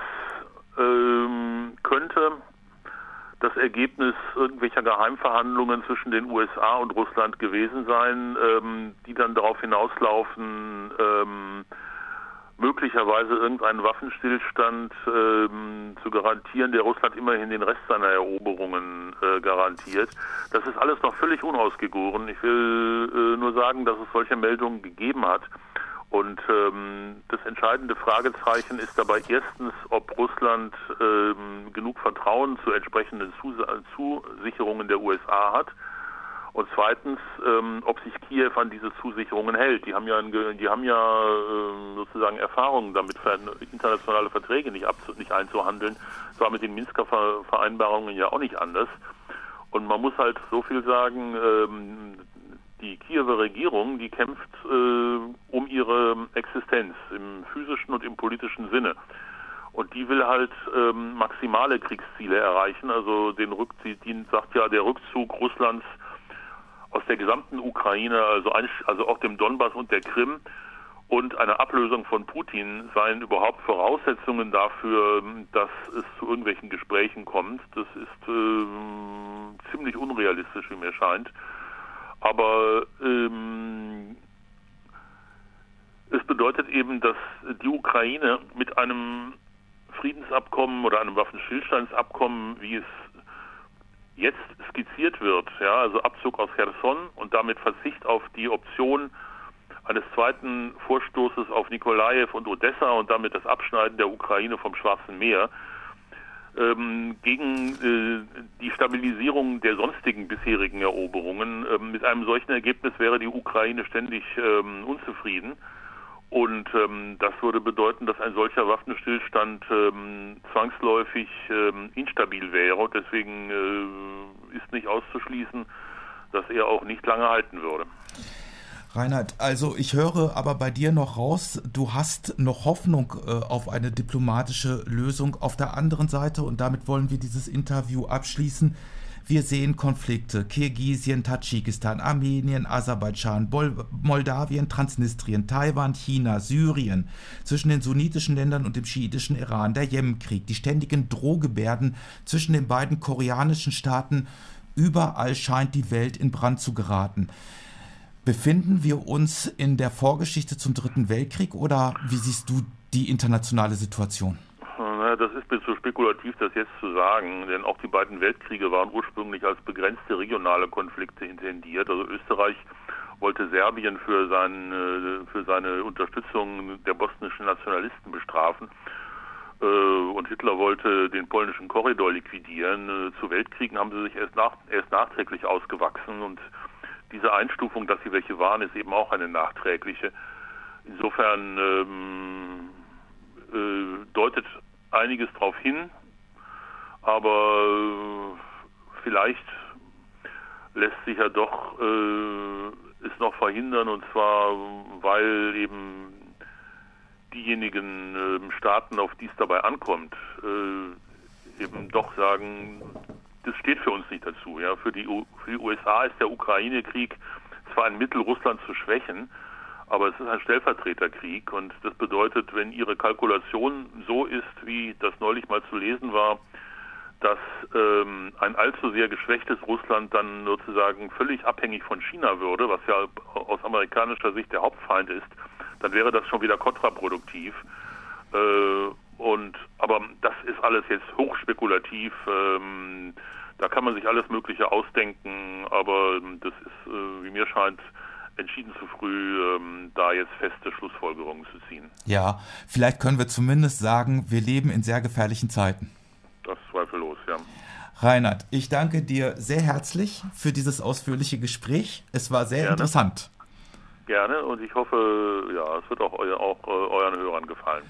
ähm, könnte das Ergebnis irgendwelcher Geheimverhandlungen zwischen den U S A und Russland gewesen sein, ähm, die dann darauf hinauslaufen, ähm, möglicherweise irgendeinen Waffenstillstand ähm, zu garantieren, der Russland immerhin den Rest seiner Eroberungen äh, garantiert. Das ist alles noch völlig unausgegoren. Ich will äh, nur sagen, dass es solche Meldungen gegeben hat. Und ähm, das entscheidende Fragezeichen ist dabei erstens, ob Russland ähm, genug Vertrauen zu entsprechenden Zus- Zusicherungen der U S A hat. Und zweitens, ähm, ob sich Kiew an diese Zusicherungen hält. Die haben ja, die haben ja äh, sozusagen Erfahrungen damit, internationale Verträge nicht, abzu- nicht einzuhandeln. Das war mit den Minsker Ver- Vereinbarungen ja auch nicht anders. Und man muss halt so viel sagen, ähm, die Kiewer Regierung, die kämpft äh, um ihre Existenz im physischen und im politischen Sinne. Und die will halt ähm, maximale Kriegsziele erreichen. Also den Rückzug, die sagt ja, der Rückzug Russlands aus der gesamten Ukraine, also, ein, also auch dem Donbass und der Krim und eine Ablösung von Putin seien überhaupt Voraussetzungen dafür, dass es zu irgendwelchen Gesprächen kommt. Das ist äh, ziemlich unrealistisch, wie mir scheint. Aber ähm, es bedeutet eben, dass die Ukraine mit einem Friedensabkommen oder einem Waffenstillstandsabkommen, wie es jetzt skizziert wird, ja, also Abzug aus Cherson und damit Verzicht auf die Option eines zweiten Vorstoßes auf Nikolajew und Odessa und damit das Abschneiden der Ukraine vom Schwarzen Meer, ähm, gegen äh, die Stabilisierung der sonstigen bisherigen Eroberungen. Ähm, mit einem solchen Ergebnis wäre die Ukraine ständig ähm, unzufrieden. Und ähm, das würde bedeuten, dass ein solcher Waffenstillstand ähm, zwangsläufig ähm, instabil wäre. Und deswegen äh, ist nicht auszuschließen, dass er auch nicht lange halten würde. Reinhard, also ich höre aber bei dir noch raus, du hast noch Hoffnung äh, auf eine diplomatische Lösung. Auf der anderen Seite, und damit wollen wir dieses Interview abschließen, wir sehen Konflikte, Kirgisien, Tadschikistan, Armenien, Aserbaidschan, Bol- Moldawien, Transnistrien, Taiwan, China, Syrien, zwischen den sunnitischen Ländern und dem schiitischen Iran, der Jemenkrieg, die ständigen Drohgebärden zwischen den beiden koreanischen Staaten. Überall scheint die Welt in Brand zu geraten. Befinden wir uns in der Vorgeschichte zum Dritten Weltkrieg oder wie siehst du die internationale Situation? Das das ist mir zu spekulativ, das jetzt zu sagen, denn auch die beiden Weltkriege waren ursprünglich als begrenzte regionale Konflikte intendiert. Also Österreich wollte Serbien für, sein, für seine Unterstützung der bosnischen Nationalisten bestrafen und Hitler wollte den polnischen Korridor liquidieren. Zu Weltkriegen haben sie sich erst, nach, erst nachträglich ausgewachsen und diese Einstufung, dass sie welche waren, ist eben auch eine nachträgliche. Insofern ähm, äh, deutet einiges darauf hin, aber äh, vielleicht lässt sich ja doch äh, es noch verhindern, und zwar, weil eben diejenigen äh, Staaten, auf die es dabei ankommt, äh, eben doch sagen, das steht für uns nicht dazu. Ja? Für die, U- für die U S A ist der Ukraine-Krieg zwar ein Mittel, Russland zu schwächen, aber es ist ein Stellvertreterkrieg, und das bedeutet, wenn ihre Kalkulation so ist, wie das neulich mal zu lesen war, dass ähm, ein allzu sehr geschwächtes Russland dann sozusagen völlig abhängig von China würde, was ja aus amerikanischer Sicht der Hauptfeind ist, dann wäre das schon wieder kontraproduktiv. Äh, und aber das ist alles jetzt hochspekulativ. Ähm, da kann man sich alles Mögliche ausdenken, aber das ist, äh, wie mir scheint, entschieden zu früh, ähm, da jetzt feste Schlussfolgerungen zu ziehen. Ja, vielleicht können wir zumindest sagen, wir leben in sehr gefährlichen Zeiten. Das zweifellos, ja. Reinhard, ich danke dir sehr herzlich für dieses ausführliche Gespräch. Es war sehr Gerne. interessant. Gerne, und ich hoffe, ja, es wird auch, eu- auch äh, euren Hörern gefallen.